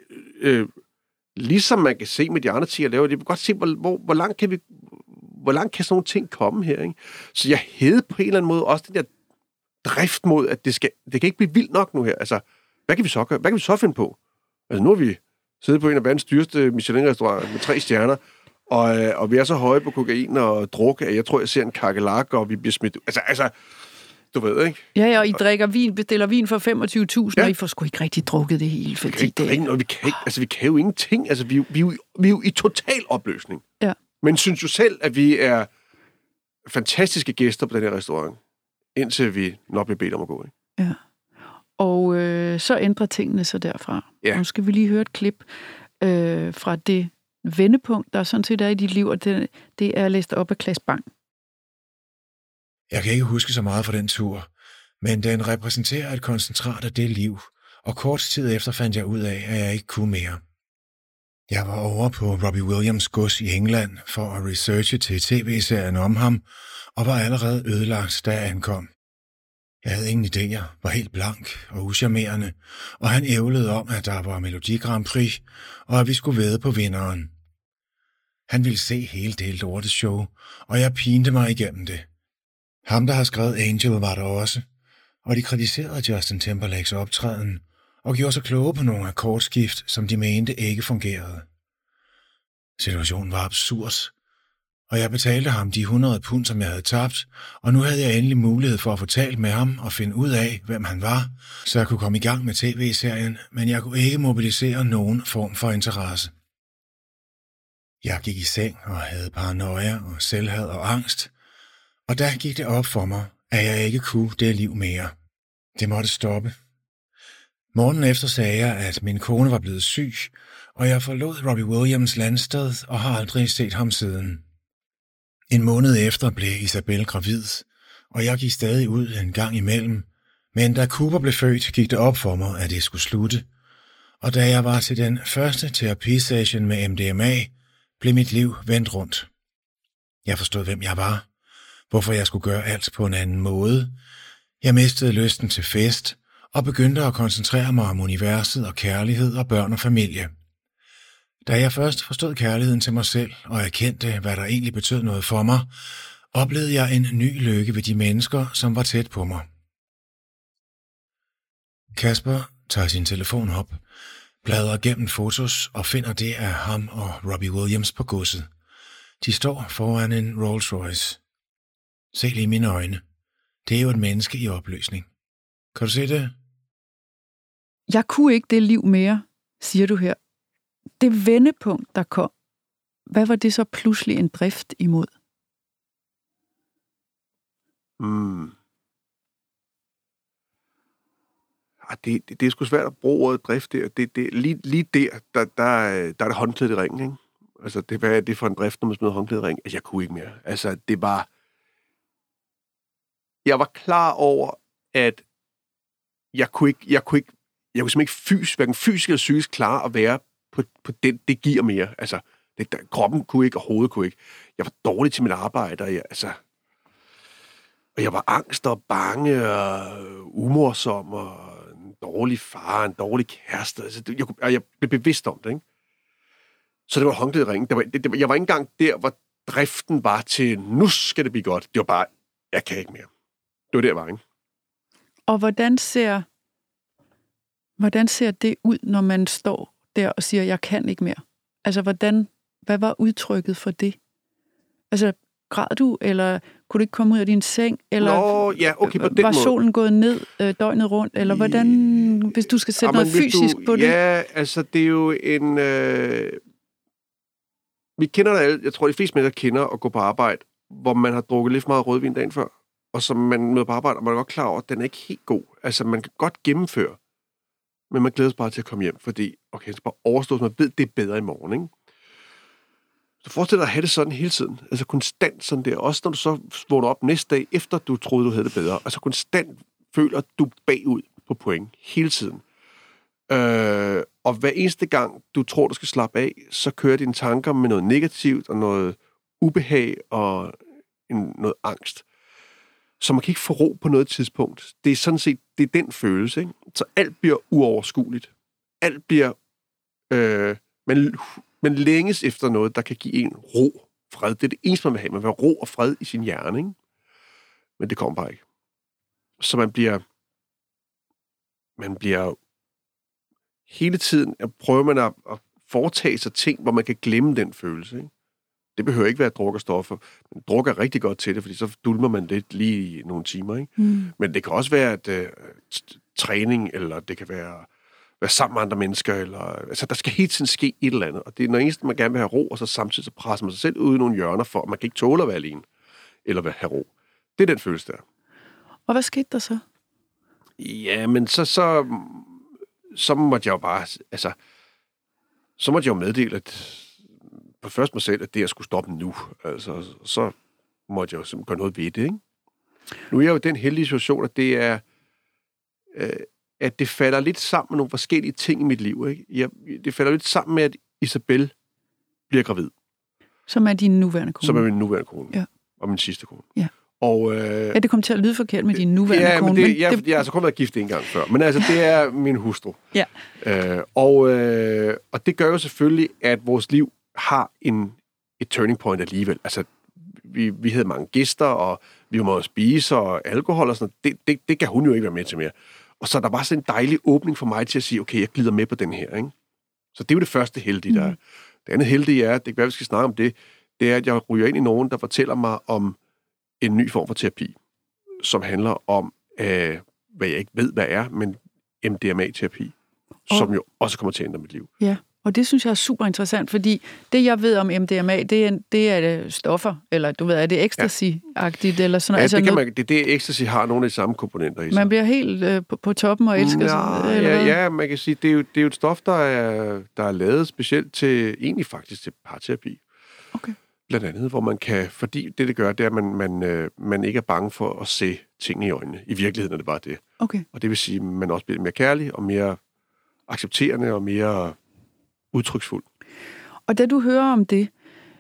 ligesom man kan se med de andre tider laver, det kan godt se, hvor langt kan vi, hvor langt kan sådan nogle ting komme her, ikke? Så jeg havde på en eller anden måde også den der drift mod, at det kan ikke blive vildt nok nu her. Altså, hvad kan vi så gøre? Hvad kan vi så finde på? Altså, nu har vi siddet på en af verdens dyreste Michelin-restauranter med 3 stjerner, og vi er så høje på kokain og druk, at jeg tror, jeg ser en kakelak, og vi bliver smidt. Altså, du ved, ikke? Ja, og I drikker vin, bestiller vin for 25.000, og I får sgu ikke rigtig drukket det hele, fordi vi kan jo ingenting. Altså, vi er jo i total opløsning. Ja. Men synes jo selv, at vi er fantastiske gæster på den her restaurant, indtil vi nok bliver bedt om at gå, ikke? Ja. Og så ændrer tingene sig derfra. Ja. Nu skal vi lige høre et klip fra det vendepunkt, der sådan set er i dit liv, og det er læst op af Claes Bang. Jeg kan ikke huske så meget fra den tur, men den repræsenterer et koncentrat af det liv, og kort tid efter fandt jeg ud af, at jeg ikke kunne mere. Jeg var over på Robbie Williams gods i England for at researche til tv-serien om ham, og var allerede ødelagt, da jeg ankom. Jeg havde ingen idéer, var helt blank og uschammerende, og han ævlede om, at der var Melodi Grand Prix, og at vi skulle vædde på vinderen. Han ville se hele det lorteshow, og jeg pinte mig igennem det. Ham, der har skrevet Angel, var der også, og de kritiserede Justin Timberlakes optræden, og gjorde sig kloge på nogle akkordskift, som de mente ikke fungerede. Situationen var absurd, og jeg betalte ham de 100 pund, som jeg havde tabt, og nu havde jeg endelig mulighed for at få talt med ham og finde ud af, hvem han var, så jeg kunne komme i gang med tv-serien, men jeg kunne ikke mobilisere nogen form for interesse. Jeg gik i seng og havde paranoia og selvhad og angst, og der gik det op for mig, at jeg ikke kunne det liv mere. Det måtte stoppe. Morgenen efter sagde jeg, at min kone var blevet syg, og jeg forlod Robbie Williams landsted og har aldrig set ham siden. En måned efter blev Isabel gravid, og jeg gik stadig ud en gang imellem, men da Cooper blev født, gik det op for mig, at det skulle slutte. Og da jeg var til den første terapisession med MDMA, blev mit liv vendt rundt. Jeg forstod, hvem jeg var, hvorfor jeg skulle gøre alt på en anden måde. Jeg mistede lysten til fest og begyndte at koncentrere mig om universet og kærlighed og børn og familie. Da jeg først forstod kærligheden til mig selv og erkendte, hvad der egentlig betød noget for mig, oplevede jeg en ny lykke ved de mennesker, som var tæt på mig. Kasper tager sin telefon op, bladrer gennem fotos og finder det af ham og Robbie Williams på godset. De står foran en Rolls Royce. Se lige mine øjne. Det er jo et menneske i opløsning. Kan du se det? Jeg kunne ikke det liv mere, siger du her. Det vendepunkt, der kom, hvad var det så pludselig en drift imod? Det er sgu svært at bruge ordet drift der. Lige der er det håndklædet i ringen, ikke? Altså, hvad er det for en drift, når man smider håndklædet i ringen? Altså, jeg kunne ikke mere. Altså, det var... Jeg var klar over, at jeg kunne simpelthen ikke hverken fysisk eller psykisk klare at være på det giver mere. Altså, kroppen kunne ikke, og hovedet kunne ikke. Jeg var dårlig til mit arbejde, og jeg var angst og bange og umorsom og en dårlig far, en dårlig kæreste. Altså, jeg blev bevidst om det, ikke? Så det var håndklædet i ringen. Jeg var ikke engang der, hvor driften var til, nu skal det blive godt. Det var bare, jeg kan ikke mere. Det var der, var, ikke? Og hvordan ser det ud, når man står der og siger, jeg kan ikke mere? Altså, hvad var udtrykket for det? Altså, græd du, eller kunne du ikke komme ud af din seng? Eller okay, på den var måde. Solen gået ned døgnet rundt? Eller hvordan, hvis du skal sætte noget fysisk på det? Ja, altså, det er jo en... Vi kender det alle. Jeg tror, de fleste mennesker kender at gå på arbejde, hvor man har drukket lidt for meget rødvin dagen før, og som man møder på arbejde, og man er godt klar over, at den er ikke helt god. Altså, man kan godt gennemføre, men man glæder sig bare til at komme hjem, fordi, okay, så bare overstå, så man ved, det er bedre i morgen, ikke? Så forestil dig at have det sådan hele tiden. Altså konstant sådan der. Også når du så vågner op næste dag, efter du troede, du havde det bedre. Altså konstant føler du bagud på point hele tiden. Og hver eneste gang, du tror, du skal slappe af, så kører dine tanker med noget negativt og noget ubehag og noget angst. Så man kan ikke få ro på noget tidspunkt. Det er sådan set, det er den følelse, ikke? Så alt bliver uoverskueligt. Alt bliver... Man længes efter noget, der kan give en ro, fred. Det er det eneste, man vil have. Man vil have ro og fred i sin hjerne, ikke? Men det kommer bare ikke. Så man bliver hele tiden, prøver man at foretage sig ting, hvor man kan glemme den følelse, ikke? Det behøver ikke være at drukke stoffer. Men druk er rigtig godt til det, fordi så dulmer man lidt lige i nogle timer, ikke? Men det kan også være træning, eller det kan være sammen med andre mennesker, eller altså der skal hele tiden ske et eller andet. Og det er når eneste, man gerne vil have ro, og så samtidig så presser man sig selv ud i nogle hjørner, for at man kan ikke tåle at være alene, eller have ro. Det er den følelse der. Og hvad skete der så? Ja, men så måtte jeg jo bare, altså, så måtte jeg jo meddele, at på først mig selv, at det jeg skulle stoppe nu. Altså, så måtte jeg jo simpelthen gøre noget ved det, ikke? Nu er jeg jo i den heldige situation, at det er, at det falder lidt sammen med nogle forskellige ting i mit liv, ikke? Det falder lidt sammen med, at Isabel bliver gravid. Som er din nuværende kone? Som er min nuværende kone. Ja. Og min sidste kone. Ja. Og, det kom til at lyde forkert med din nuværende kone. Men jeg er altså kommet at gifte en gang før. Men altså, det er min hustru. Ja. Og det gør jo selvfølgelig, at vores liv har et turning point alligevel. Altså, vi havde mange gæster, og vi måtte spise, og alkohol og sådan noget. Det kan hun jo ikke være med til mere. Og så der var sådan en dejlig åbning for mig til at sige, okay, jeg glider med på den her, ikke? Så det er jo det første heldige, der er. Det andet heldige er, det kan være, vi skal snakke om det, det er, at jeg ryger ind i nogen, der fortæller mig om en ny form for terapi, som handler om, hvad jeg ikke ved, hvad er, men MDMA-terapi, som jo også kommer til at ændre mit liv. Ja, og det synes jeg er super interessant, fordi det, jeg ved om MDMA, det er stoffer, eller du ved, er det ecstasy-agtigt, eller sådan noget? Ja, altså det ecstasy har nogle af de samme komponenter i sig. Man bliver helt på toppen og elsker sig? Ja, man kan sige, det er jo et stof, der er lavet specielt til, egentlig faktisk til parterapi. Okay. Blandt andet, hvor man kan, fordi det gør, det er, at man ikke er bange for at se tingene i øjnene. I virkeligheden er det bare det. Okay. Og det vil sige, at man også bliver mere kærlig, og mere accepterende, og mere udtryksfuld. Og da du hører om det,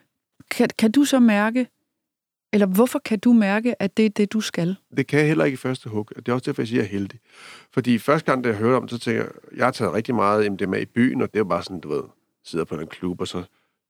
kan du så mærke, eller hvorfor kan du mærke, at det er det, du skal? Det kan jeg heller ikke i første hug. Det er også derfor, jeg siger, at jeg er heldig. Fordi første gang, da jeg hørte om det, så tænker jeg har taget rigtig meget MDMA i byen, og det er bare sådan, du ved, sidder på en klub, og så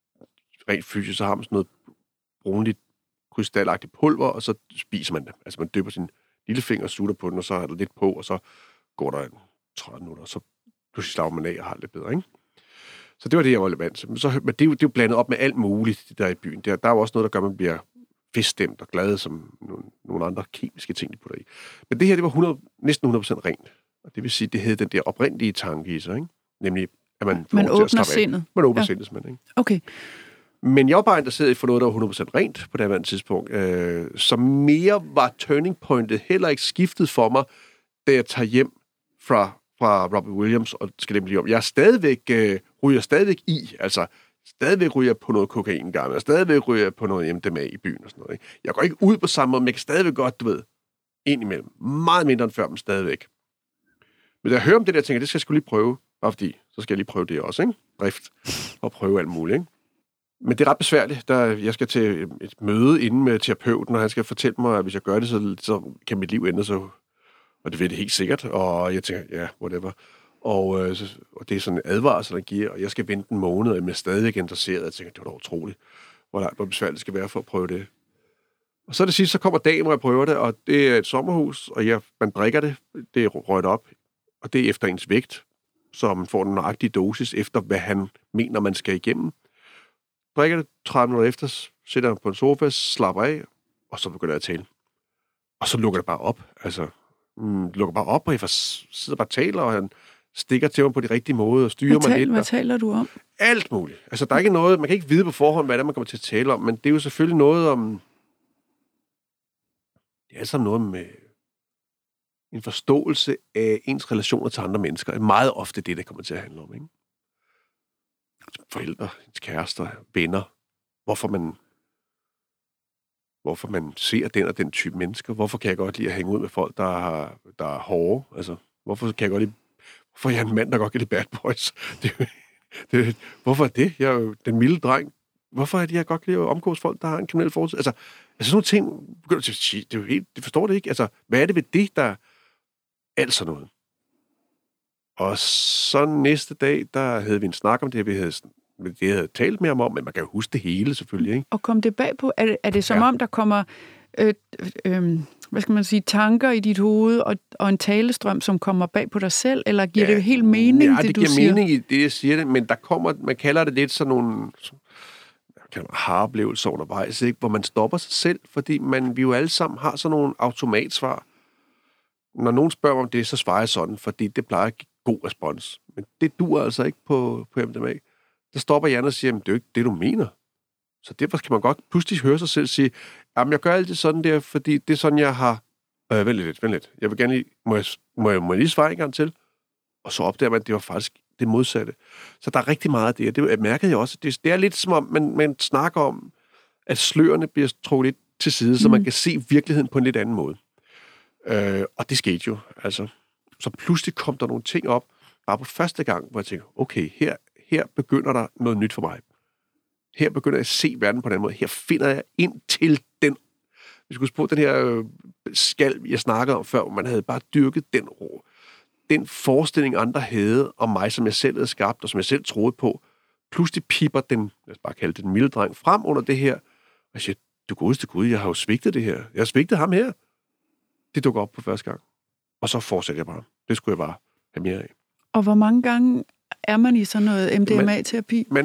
rent fysisk, så har man sådan noget brunligt, krystalagtigt pulver, og så spiser man det. Altså man dypper sin lillefinger og sutter på den, og så er der lidt på, og så går der 30 minutter, og så pludselig slapper man af og har det lidt bedre, ikke? Så det var det, jeg var lidt vant til. Men det er jo blandet op med alt muligt der i byen. Der er jo også noget, der gør, at man bliver feststemt og glad, som nogle andre kemiske ting, de putter i. Men det her, det var næsten 100% rent. Og det vil sige, det havde den der oprindelige tanke i sig, ikke? Nemlig, at man åbner sindet. Man åbner sindet, simpelthen, ikke? Okay. Men jeg var bare interesseret i at få noget, der var 100% rent på det her tidspunkt. Så mere var turning pointet heller ikke skiftet for mig, da jeg tager hjem fra Robert Williams og skal det blive om. Jeg er ryger stadigvæk i, altså stadigvæk ryger på noget kokain en gang, og stadigvæk ryger på noget MDMA i byen og sådan noget, ikke? Jeg går ikke ud på samme måde, men jeg kan stadigvæk godt, du ved, indimellem. Meget mindre end før, men stadigvæk. Men da jeg hører om det der, tænker jeg, det skal jeg sgu lige prøve, bare fordi, så skal jeg lige prøve det også, ikke? Drift og prøve alt muligt, ikke? Men det er ret besværligt, da jeg skal til et møde inde med terapeuten, og han skal fortælle mig, at hvis jeg gør det, så kan mit liv ændre sig. Og det ved det helt sikkert, og jeg tænker, ja, whatever. Og det er sådan en advarsel, der giver, og jeg skal vente en måned, og jeg er stadig interesseret. Jeg tænker, det var da utroligt, hvor besværligt det skal være for at prøve det. Og så det sidste, så kommer dagen, hvor jeg prøver det, og det er et sommerhus, og man drikker det, det er røget op, og det er efter ens vægt, så man får den nøjagtige dosis efter, hvad han mener, man skal igennem. Drikker det 30 minutter efter, sætter på en sofa, slapper af, og så begynder jeg at tale. Og så lukker det bare op, altså lukker bare op, og jeg sidder bare og taler, og han stikker til mig på de rigtige måde, og styrer mig lidt. Hvad taler du om? Alt muligt. Altså, der er ikke noget, man kan ikke vide på forhånd, hvad det er, man kommer til at tale om, men det er jo selvfølgelig noget om, det er altså noget med en forståelse af ens relationer til andre mennesker. Det er meget ofte det, der kommer til at handle om, ikke? Forældre, ens kærester, venner, hvorfor man ser den og den type mennesker. Hvorfor kan jeg godt lide at hænge ud med folk, der er hårde? Altså, hvorfor kan jeg godt lide... Hvorfor er jeg en mand, der godt kan lide bad boys? Hvorfor er det? Jeg er jo den milde dreng. Hvorfor er det, jeg godt kan lide at omgås folk, der har en kriminel fortid? Altså sådan nogle ting begynder til at sige, det er jo helt... Det forstår det ikke. Altså, hvad er det ved det, der... Alt sådan noget. Og så næste dag, der havde vi en snak om det, vi havde talt med ham om, men man kan jo huske det hele selvfølgelig, ikke? Og kom det bag på? Er det som om, der kommer, hvad skal man sige, tanker i dit hoved, og en talestrøm, som kommer bag på dig selv, eller giver det helt mening, det du siger? Ja, det giver mening i det, jeg siger det, men der kommer, man kalder det lidt sådan nogle haroplevelser undervejs, ikke? Hvor man stopper sig selv, fordi vi jo alle sammen har sådan nogle automatsvar. Når nogen spørger om det, så svarer jeg sådan, fordi det plejer at give god respons. Men det duer altså ikke på MDMA. Der stopper Jan og siger, at det er jo ikke det, du mener. Så derfor kan man godt pludselig høre sig selv sige, jamen jeg gør altid sådan der, fordi det er sådan, jeg har... Vent lidt. Jeg vil gerne lige... Må jeg lige svare en gang til? Og så opdager man, at det var faktisk det modsatte. Så der er rigtig meget af det, og det mærkede jeg også. Det er lidt som om, man snakker om, at slørene bliver trukket lidt til side, så man kan se virkeligheden på en lidt anden måde. Og det skete jo, altså. Så pludselig kom der nogle ting op, bare på første gang, hvor jeg tænkte, okay, her begynder der noget nyt for mig. Her begynder jeg at se verden på den måde. Her finder jeg ind til den. Vi skulle huske på den her skalv, jeg snakkede om før, hvor man havde bare dyrket den ro. Den forestilling, andre havde om mig, som jeg selv havde skabt, og som jeg selv troede på. Pludselig piper den, lad os bare kalde det den milde dreng, frem under det her. Og jeg siger, du godeste Gud, jeg har jo svigtet det her. Jeg har svigtet ham her. Det dukker op på første gang. Og så fortsætter jeg bare. Det skulle jeg bare have mere af. Og hvor mange gange er man i sådan noget MDMA-terapi? Man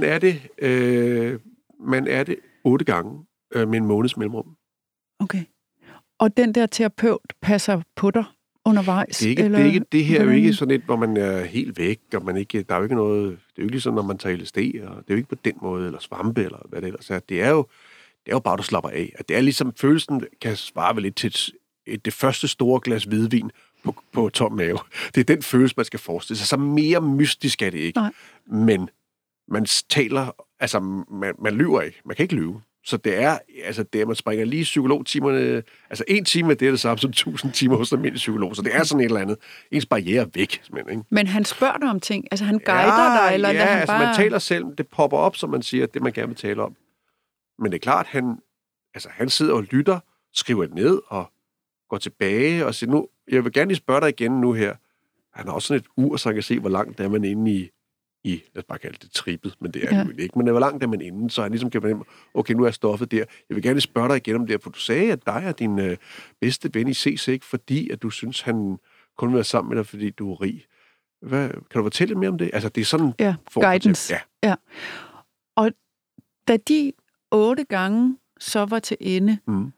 er det 8 gange med en måneds mellemrum. Okay. Og den der terapeut passer på dig undervejs? Det er ikke det her er jo ikke sådan et, hvor man er helt væk, og man ikke, der er jo ikke noget... Det er jo ikke ligesom, når man tager LSD, og det er jo ikke på den måde, eller svampe, eller hvad det ellers er. Det er jo bare, du slapper af. At det er ligesom, følelsen kan svare vel lidt til det første store glas hvidvin på tom mave. Det er den følelse, man skal forestille sig. Så mere mystisk er det ikke. Nej. Men man taler... Altså, man lyver ikke. Man kan ikke lyve. Så det er, man springer lige psykologtimerne... Altså, 1 time, det er det samme som 1000 timer hos en almindelig psykolog. Så det er sådan et eller andet. Ens barriere væk, simpelthen. Ikke? Men han spørger dig om ting? Altså, han guider dig? Eller ja, han altså, man taler selv. Det popper op, som man siger, det man gerne vil tale om. Men det er klart, han sidder og lytter, skriver det ned og går tilbage og siger, nu, jeg vil gerne lige spørge dig igen nu her. Han har også sådan et ur, så han kan se, hvor langt er man inde i lad os bare kalde det trippet, men det er jo ikke. Men hvor langt er man inde, så han ligesom kan fornemme, okay, nu er stoffet der. Jeg vil gerne lige spørge dig igen om det, for du sagde, at dig er din bedste ven i ses ikke, fordi at du synes, han kun vil være sammen med dig, fordi du er rig. Kan du fortælle lidt mere om det? Altså, det er sådan... Ja, guidance. Ja. Og da de 8 gange så var til ende,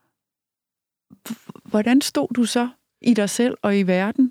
hvordan stod du så i dig selv og i verden?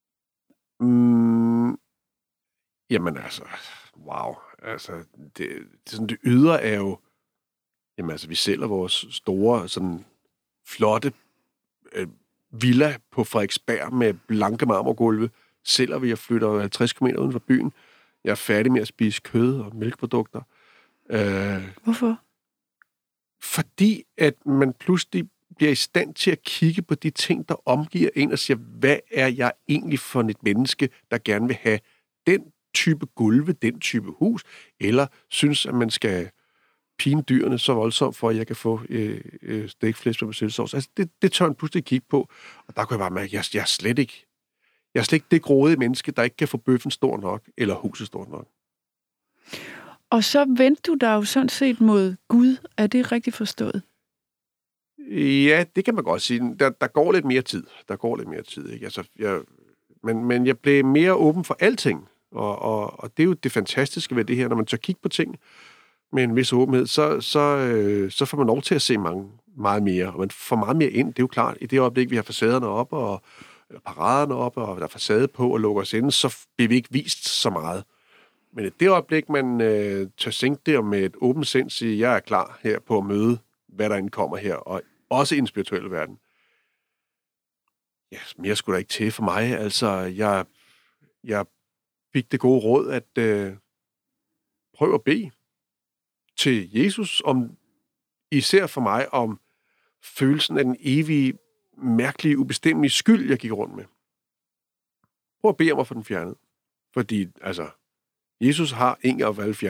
Jamen altså, wow. Altså, det sådan det ydre er jo... Jamen altså, vi sælger vores store, sådan flotte villa på Frederiksberg med blanke marmorgulve. Sælger vi og flytter 50 km uden for byen. Jeg er færdig med at spise kød og mælkeprodukter. Hvorfor? Fordi at man pludselig bliver i stand til at kigge på de ting, der omgiver en, og siger, hvad er jeg egentlig for et menneske, der gerne vil have den type gulve, den type hus, eller synes, at man skal pine dyrene så voldsomt, for at jeg kan få stegflæsk med sylsovs. Altså, det tør man pludselig kigge på, og der kunne jeg bare mærke, at jeg er slet ikke det grådige menneske, der ikke kan få bøffen stor nok, eller huset stort nok. Og så vendte du dig jo sådan set mod Gud. Er det rigtigt forstået? Ja, det kan man godt sige. Der går lidt mere tid. Ikke? Altså, men jeg blev mere åben for alting. Og det er jo det fantastiske ved det her, når man tør kigge på ting med en vis åbenhed, så får man lov til at se meget mere. Og man får meget mere ind. Det er jo klart, i det øjeblik, vi har facaderne op, og paraderne op, og der er facade på og lukker os inde, så bliver vi ikke vist så meget. Men i det øjeblik, man tør sænke det, og med et åbent sind sige, jeg er klar her på at møde, hvad der indkommer her, og også i den spirituelle verden. Ja, mere skulle der ikke til for mig. Altså, jeg fik det gode råd at prøve at bede til Jesus om især for mig, om følelsen af den evige, mærkelige, ubestemmelige skyld, jeg gik rundt med. Prøv at bede om at få den fjernet. Fordi, altså, Jesus har ingen for alt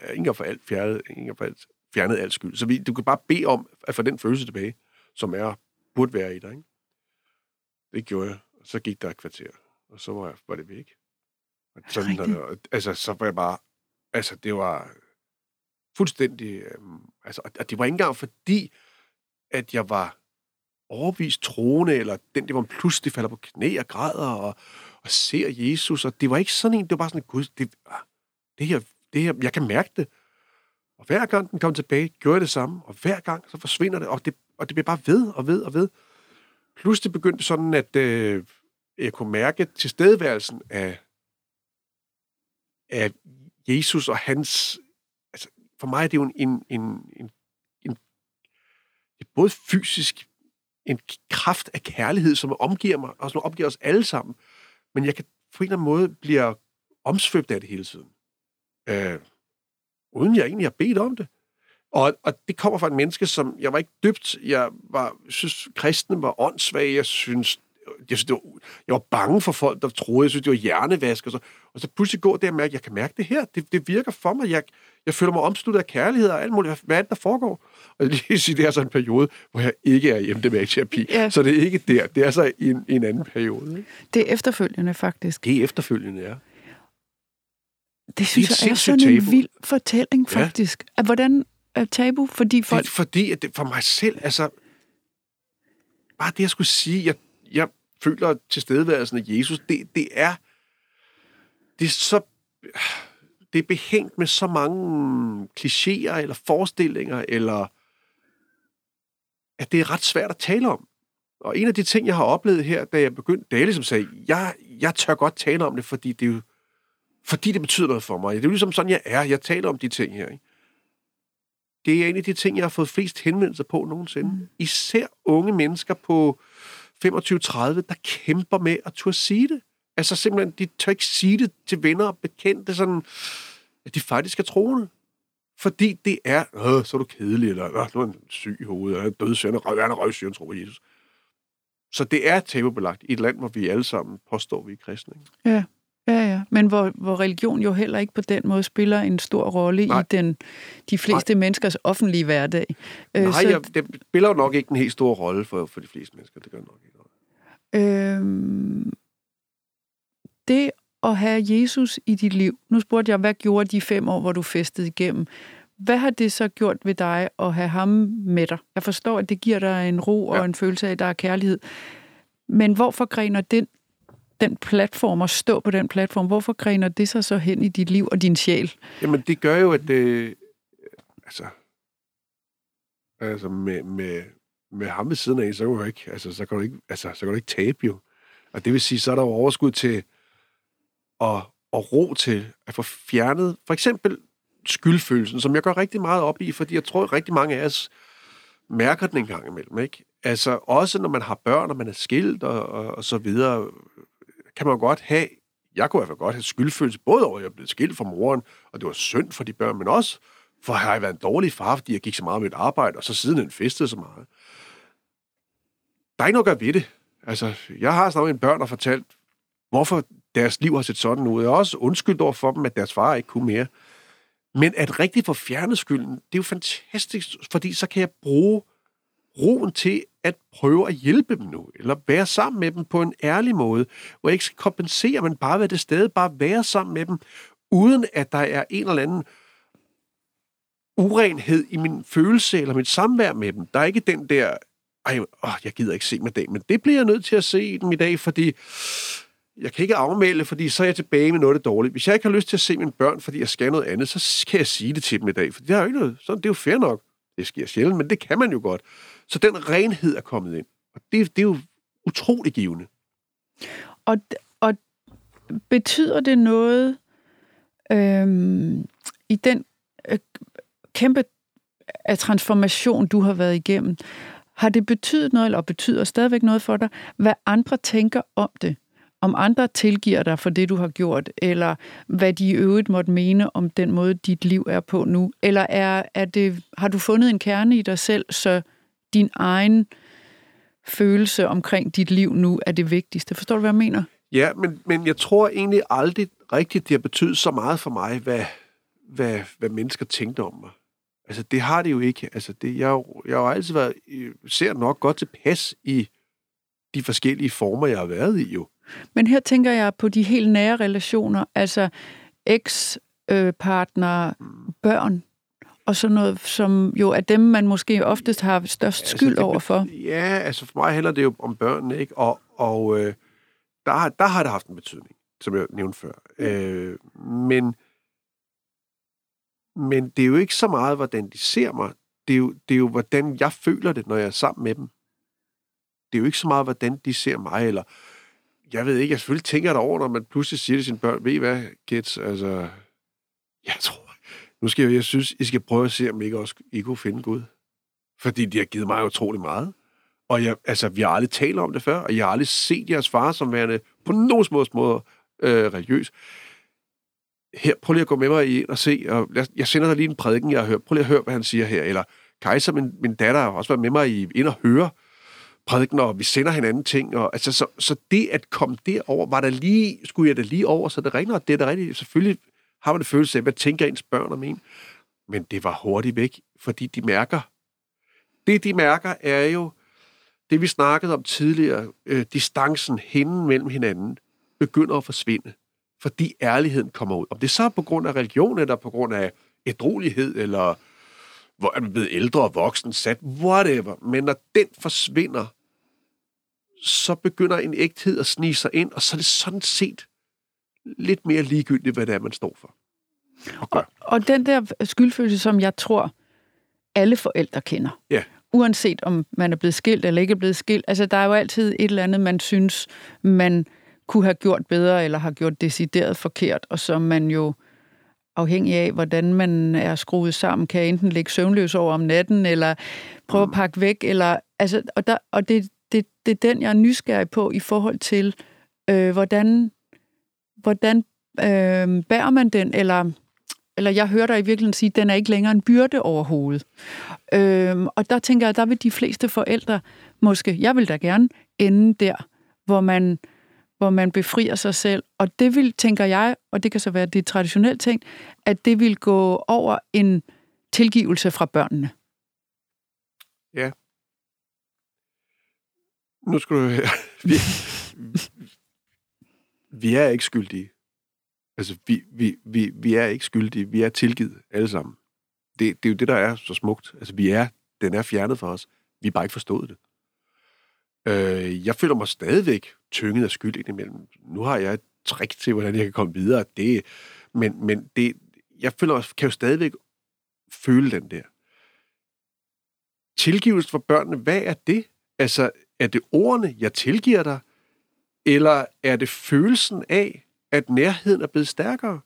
fjernet alt skyld. Så du kan bare bede om at få den følelse tilbage, som burde være i dig. Ikke? Det gjorde jeg. Og så gik der et kvarter, og så var det væk. Så var jeg bare... Altså, det var fuldstændig... og det var ikke engang fordi, at jeg var overvist troende, eller den, der var pludselig falder på knæ og græder, og ser Jesus, og det var ikke sådan en, det var bare sådan, Gud, det her, jeg kan mærke det. Og hver gang den kom tilbage, gjorde jeg det samme, og hver gang, så forsvinder det, og det bliver bare ved og ved og ved. Pludselig begyndte det sådan, at jeg kunne mærke tilstedeværelsen af Jesus og hans... Altså, for mig er det jo en både fysisk, en kraft af kærlighed, som omgiver mig, og som omgiver os alle sammen. Men jeg kan på en eller anden måde blive omsvøbt af det hele tiden. Uden jeg egentlig har bedt om det. Og det kommer fra et menneske, som jeg var ikke døbt. Jeg synes, kristne var åndssvage. Jeg var bange for folk, der troede. Jeg synes, det var hjernevask. Og så pludselig går det at mærke, at jeg kan mærke det her. Det virker for mig. Jeg føler mig omsluttet af kærlighed og alt muligt. Hvad er det, der foregår? Og lige sige, det er så en periode, hvor jeg ikke er i MDMA-terapi. Ja. Så det er ikke der. Det er så i en anden periode. Ikke? Det er efterfølgende, faktisk. Det er efterfølgende, ja. Det synes jeg er sådan en vild fortælling, faktisk. Ja. Hvordan er tabu? Fordi folk... Fordi at det, for mig selv, altså... Bare det, jeg skulle sige... Jeg føler tilstedeværelsen af Jesus, det er så... Det er behængt med så mange klichéer, eller forestillinger, eller... At det er ret svært at tale om. Og en af de ting, jeg har oplevet her, da jeg begyndte... Da jeg ligesom sagde, jeg tør godt tale om det, fordi det jo... Fordi det betyder noget for mig. Det er jo ligesom sådan, jeg er. Jeg taler om de ting her. Ikke? Det er en af de ting, jeg har fået flest henvendelser på nogensinde. Især unge mennesker på 25-30, der kæmper med at turde sige det. Altså simpelthen, de tør ikke sige det til venner og bekendte, sådan, at de faktisk er troende. Fordi det er, så er du kedelig, eller nu er en syg i hovedet, eller en dødsøn, eller en røvsyren, tror på Jesus. Så det er tabubelagt i et land, hvor vi alle sammen påstår, vi er kristne. Ja. Ja. Men hvor religion jo heller ikke på den måde spiller en stor rolle i de fleste menneskers offentlige hverdag. Det spiller jo nok ikke en helt stor rolle for de fleste mennesker. Det gør nok ikke noget. Det at have Jesus i dit liv. Nu spurgte jeg, hvad gjorde de 5 år, hvor du festede igennem? Hvad har det så gjort ved dig at have ham med dig? Jeg forstår, at det giver dig en ro og en følelse af, at der er kærlighed. Men hvorfor grener den platform, og stå på den platform, hvorfor grener det sig så hen i dit liv og din sjæl? Jamen, det gør jo, at med ham ved siden af, så kan du ikke, så kan du ikke tabe jo. Og det vil sige, så er der jo overskud til at ro til at få fjernet, for eksempel skyldfølelsen, som jeg gør rigtig meget op i, fordi jeg tror, at rigtig mange af os mærker den en gang imellem, ikke? Altså, også når man har børn, og man er skilt, og så videre, kan man godt have, jeg kunne i hvert fald godt have skyldfølelse, både over, at jeg er blevet skilt fra moren, og det var synd for de børn, men også for at jeg været en dårlig far, fordi jeg gik så meget med et arbejde, og så siden den festede så meget. Der er ikke noget at gøre ved det. Altså, jeg har snart en børn og fortalt, hvorfor deres liv har set sådan ud. Jeg har også undskyldt over for dem, at deres far ikke kunne mere. Men at rigtig få fjernet skylden, det er jo fantastisk, fordi så kan jeg bruge roen til at prøve at hjælpe dem nu, eller være sammen med dem på en ærlig måde, hvor jeg ikke skal kompensere, men bare være det sted, bare være sammen med dem, uden at der er en eller anden urenhed i min følelse eller mit samvær med dem. Der er ikke den der, jeg gider ikke se dem i dag, men det bliver jeg nødt til at se dem i dag, fordi jeg kan ikke afmelde, fordi så er jeg tilbage med noget af det dårlige. Hvis jeg ikke har lyst til at se mine børn, fordi jeg skal noget andet, så kan jeg sige det til dem i dag, for det er jo ikke noget, så det er jo fair nok. Det sker sjældent, men det kan man jo godt. Så den renhed er kommet ind. Og det er jo utroligt givende. Og betyder det noget i den kæmpe transformation, du har været igennem? Har det betydet noget, eller betyder stadigvæk noget for dig, hvad andre tænker om det? om andre tilgiver dig for det, du har gjort, eller hvad de i øvrigt måtte mene om den måde, dit liv er på nu? Eller har du fundet en kerne i dig selv, så din egen følelse omkring dit liv nu er det vigtigste? Forstår du, hvad jeg mener? Ja, men jeg tror egentlig aldrig rigtigt, det har betydet så meget for mig, hvad mennesker tænkte om mig. Altså, det har det jo ikke. Altså, jeg har jo altid været, ser nok godt tilpas i de forskellige former, jeg har været i jo. Men her tænker jeg på de helt nære relationer, altså eks-partner, børn, og sådan noget, som jo er dem, man måske oftest har størst skyld overfor. Ja, altså for mig handler det jo om børnene, ikke? Og der har det haft en betydning, som jeg nævnte før. Men det er jo ikke så meget, hvordan de ser mig. Det er jo, hvordan jeg føler det, når jeg er sammen med dem. Det er jo ikke så meget, hvordan de ser mig, eller jeg ved ikke, jeg selvfølgelig tænker derover, når man pludselig siger til sine børn, ved I hvad, kids, altså, jeg tror, jeg synes, I skal prøve at se, om I kunne finde Gud. Fordi de har givet mig utrolig meget. Og vi har aldrig talt om det før, og jeg har aldrig set jeres far som værende på nogen måde religiøs. Her, prøv lige at gå med mig ind og se, og jeg sender dig lige en prædiken, jeg har hørt. Prøv lige at høre, hvad han siger her. Eller Kajsa, min datter, har også været med mig ind og høre prædiken, og vi sender hinanden ting. Og, altså, så det at komme derover, skulle jeg da lige over, så det ringer, og det er da rigtigt. Selvfølgelig har man en følelse af, hvad tænker ens børn om en? Men det var hurtigt væk, fordi de mærker. Det, de mærker, er jo det, vi snakkede om tidligere, distancen henne mellem hinanden, begynder at forsvinde, fordi ærligheden kommer ud. Om det så er på grund af religion, eller på grund af ædruelighed, eller hvor er man blevet ældre og voksen, sat, whatever. Men når den forsvinder, så begynder en ægthed at snige sig ind, og så er det sådan set lidt mere ligegyldigt, hvad det er, man står for. Og den der skyldfølelse, som jeg tror, alle forældre kender. Ja. Uanset om man er blevet skilt eller ikke er blevet skilt. Altså, der er jo altid et eller andet, man synes, man kunne have gjort bedre, eller har gjort decideret forkert, og som man jo, afhængig af, hvordan man er skruet sammen, kan enten ligge søvnløs over om natten, eller prøve at pakke væk, eller, altså, og det er den, jeg er nysgerrig på, i forhold til, hvordan bærer man den, eller jeg hører dig i virkeligheden sige, at den er ikke længere en byrde overhovedet. Og der tænker jeg, der vil de fleste forældre, måske, jeg vil da gerne ende der, hvor man befrier sig selv. Og det vil, tænker jeg, og det kan så være det traditionelle ting, at det vil gå over en tilgivelse fra børnene. Ja. Nu skal du høre. Vi er ikke skyldige. Altså, vi er ikke skyldige. Vi er tilgivet alle sammen. Det er jo det, der er så smukt. Altså, den er fjernet fra os. Vi har bare ikke forstået det. Jeg føler mig stadigvæk tynget af skyld indimellem. Nu har jeg et trick til, hvordan jeg kan komme videre. Men jeg kan jo stadigvæk føle den der. Tilgivelse for børnene, hvad er det? Altså, er det ordene, jeg tilgiver dig? Eller er det følelsen af, at nærheden er blevet stærkere?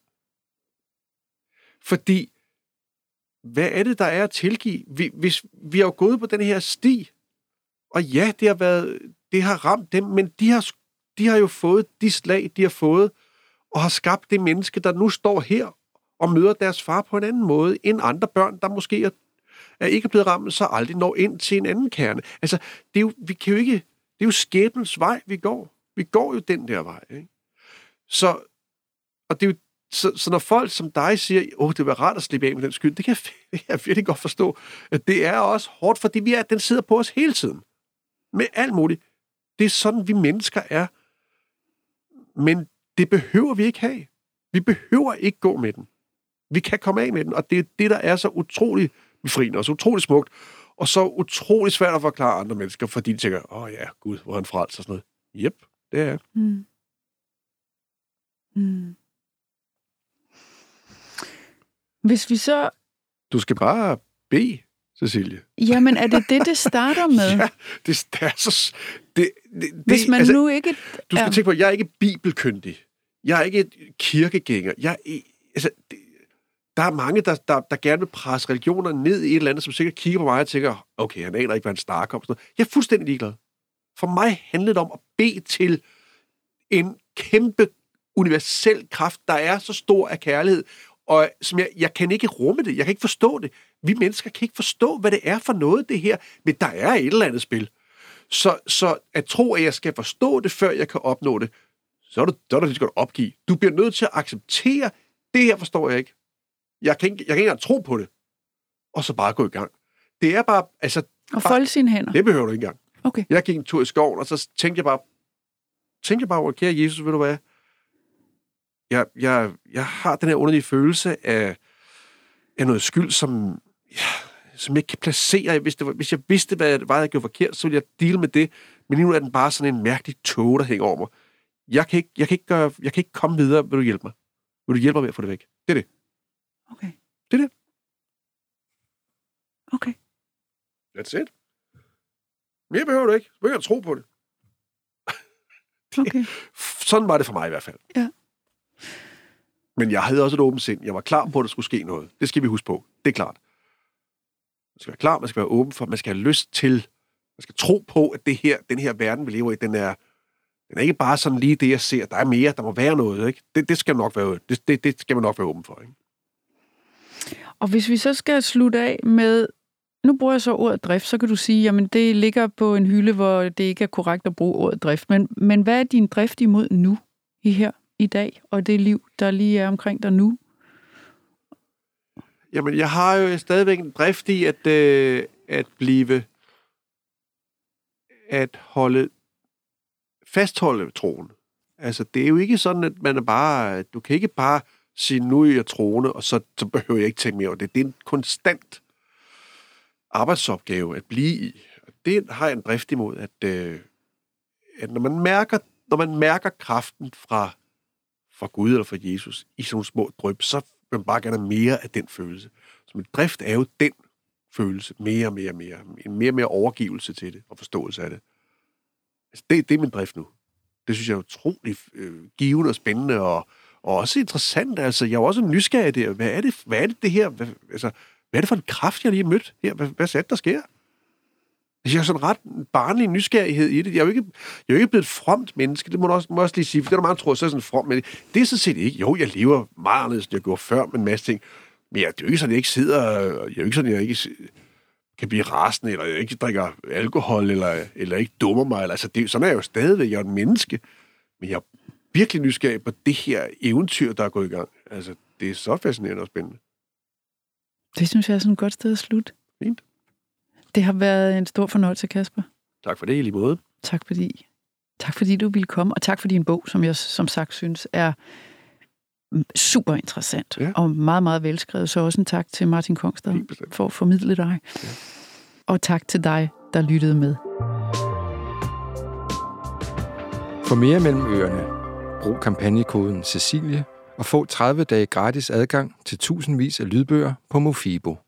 Fordi, hvad er det, der er at tilgive? Vi har jo gået på den her sti, og ja, det har ramt dem, men de har jo fået de slag, de har fået, og har skabt det menneske, der nu står her og møder deres far på en anden måde, end andre børn, der måske er ikke blevet ramt, så aldrig når ind til en anden kerne. Altså, det er jo skæbnens vej, vi går. Vi går jo den der vej, ikke? Så når folk som dig siger, det var rart at slippe af med den skyld, det kan jeg virkelig godt forstå, at det er også hårdt, fordi den sidder på os hele tiden. Med alt muligt. Det er sådan, vi mennesker er. Men det behøver vi ikke have. Vi behøver ikke gå med den. Vi kan komme af med den, og det er det, der er så utroligt befriende, og så utroligt smukt, og så utroligt svært at forklare andre mennesker, fordi de tænker, ja, Gud, hvor er han frelst, og sådan noget. Jep, det er. Hvis vi så... Du skal bare bede, Cecilie. Jamen, er det starter med? Ja, det er så... Hvis man nu ikke... Du skal tænke på, at jeg er ikke bibelkyndig. Jeg er ikke et kirkegænger. Der er mange, der gerne vil presse religioner ned i et eller andet, som sikkert kigger på mig og tænker, okay, han aner ikke, hvad han snakker om. Jeg er fuldstændig ligeglad. For mig handler det om at bede til en kæmpe universel kraft, der er så stor af kærlighed, og som jeg kan ikke rumme det, jeg kan ikke forstå det. Vi mennesker kan ikke forstå, hvad det er for noget, det her, men der er et eller andet spil. Så at tro, at jeg skal forstå det, før jeg kan opnå det, så er det lige så godt opgive. Du bliver nødt til at acceptere, det her forstår jeg ikke. Jeg kan ikke engang tro på det. Og så bare gå i gang. Det er bare, altså... Og folde sine hænder. Det behøver du ikke engang. Okay. Jeg gik en tur i skoven, og så tænkte jeg bare over, kære Jesus, ved du hvad? Jeg har den her underlige følelse af noget skyld, som jeg ikke kan placere. Hvis jeg vidste, hvad det var, jeg gjorde forkert, så ville jeg deale med det. Men lige nu er den bare sådan en mærkelig tåge, der hænger over mig. Jeg kan ikke komme videre. Vil du hjælpe mig? Vil du hjælpe mig med at få det væk? Det er det. Okay. Det er det. Okay. That's it. Mere behøver du ikke. Du behøver ikke at tro på det. Okay. Sådan var det for mig i hvert fald. Ja. Men jeg havde også et åbent sind. Jeg var klar på, at der skulle ske noget. Det skal vi huske på. Det er klart. Man skal være klar, man skal være åben for, man skal have lyst til, man skal tro på, at den her verden, vi lever i, den er ikke bare sådan lige det, jeg ser. Der er mere, der må være noget, ikke? Det skal man nok være, det skal man nok være åben for, ikke? Og hvis vi så skal slutte af med, nu bruger jeg så ordet drift, så kan du sige, jamen det ligger på en hylde, hvor det ikke er korrekt at bruge ordet drift. Men hvad er din drift imod nu, i dag, og det liv, der lige er omkring dig nu? Jamen, jeg har jo stadigvæk en drift i at fastholde troen. Altså, det er jo ikke sådan, at man er bare... Du kan ikke bare sige, nu er jeg troende, og så behøver jeg ikke tænke mere over det. Det er en konstant arbejdsopgave at blive i. Og det har jeg en drift imod, at når man mærker kraften fra Gud eller fra Jesus i sådan nogle små dryp, så vil man bare gerne have mere af den følelse. Så min drift er jo den følelse. Mere og mere og mere. En mere og mere overgivelse til det og forståelse af det. Altså, det er min drift nu. Det synes jeg er utrolig givende og spændende og også interessant. Altså, jeg er også nysgerrig der. Hvad er det her? Hvad er det for en kraft, jeg lige har mødt her? Hvad er det, der sker? Jeg har sådan ret barnlig nysgerrighed i det. Jeg er jo ikke blevet et fromt menneske. Det må også lige sige, for det er der meget, tror, så er sådan fromt, men det er sådan set ikke. Jo, jeg lever meget anderledes, end jeg gjorde før med en masse ting. Men det er jo ikke sådan, jeg ikke sidder... Jeg er jo ikke sådan, jeg ikke kan blive rasende, eller jeg ikke drikker alkohol, eller ikke dummer mig. Altså, sådan er jeg jo stadigvæk. Jeg er et menneske. Men jeg er virkelig nysgerrig på det her eventyr, der er gået i gang. Altså, det er så fascinerende og spændende. Det synes jeg er sådan et godt sted at slutte. Fint. Det har været en stor fornøjelse, Kasper. Tak for det, i lige måde. Tak fordi du ville komme, og tak for din bog, som jeg som sagt synes er super interessant og meget, meget velskrevet. Så også en tak til Martin Kongstad for at formidle dig. Ja. Og tak til dig, der lyttede med. For mere mellem ørerne, brug kampagnekoden Cecilie og få 30 dage gratis adgang til tusindvis af lydbøger på Mofibo.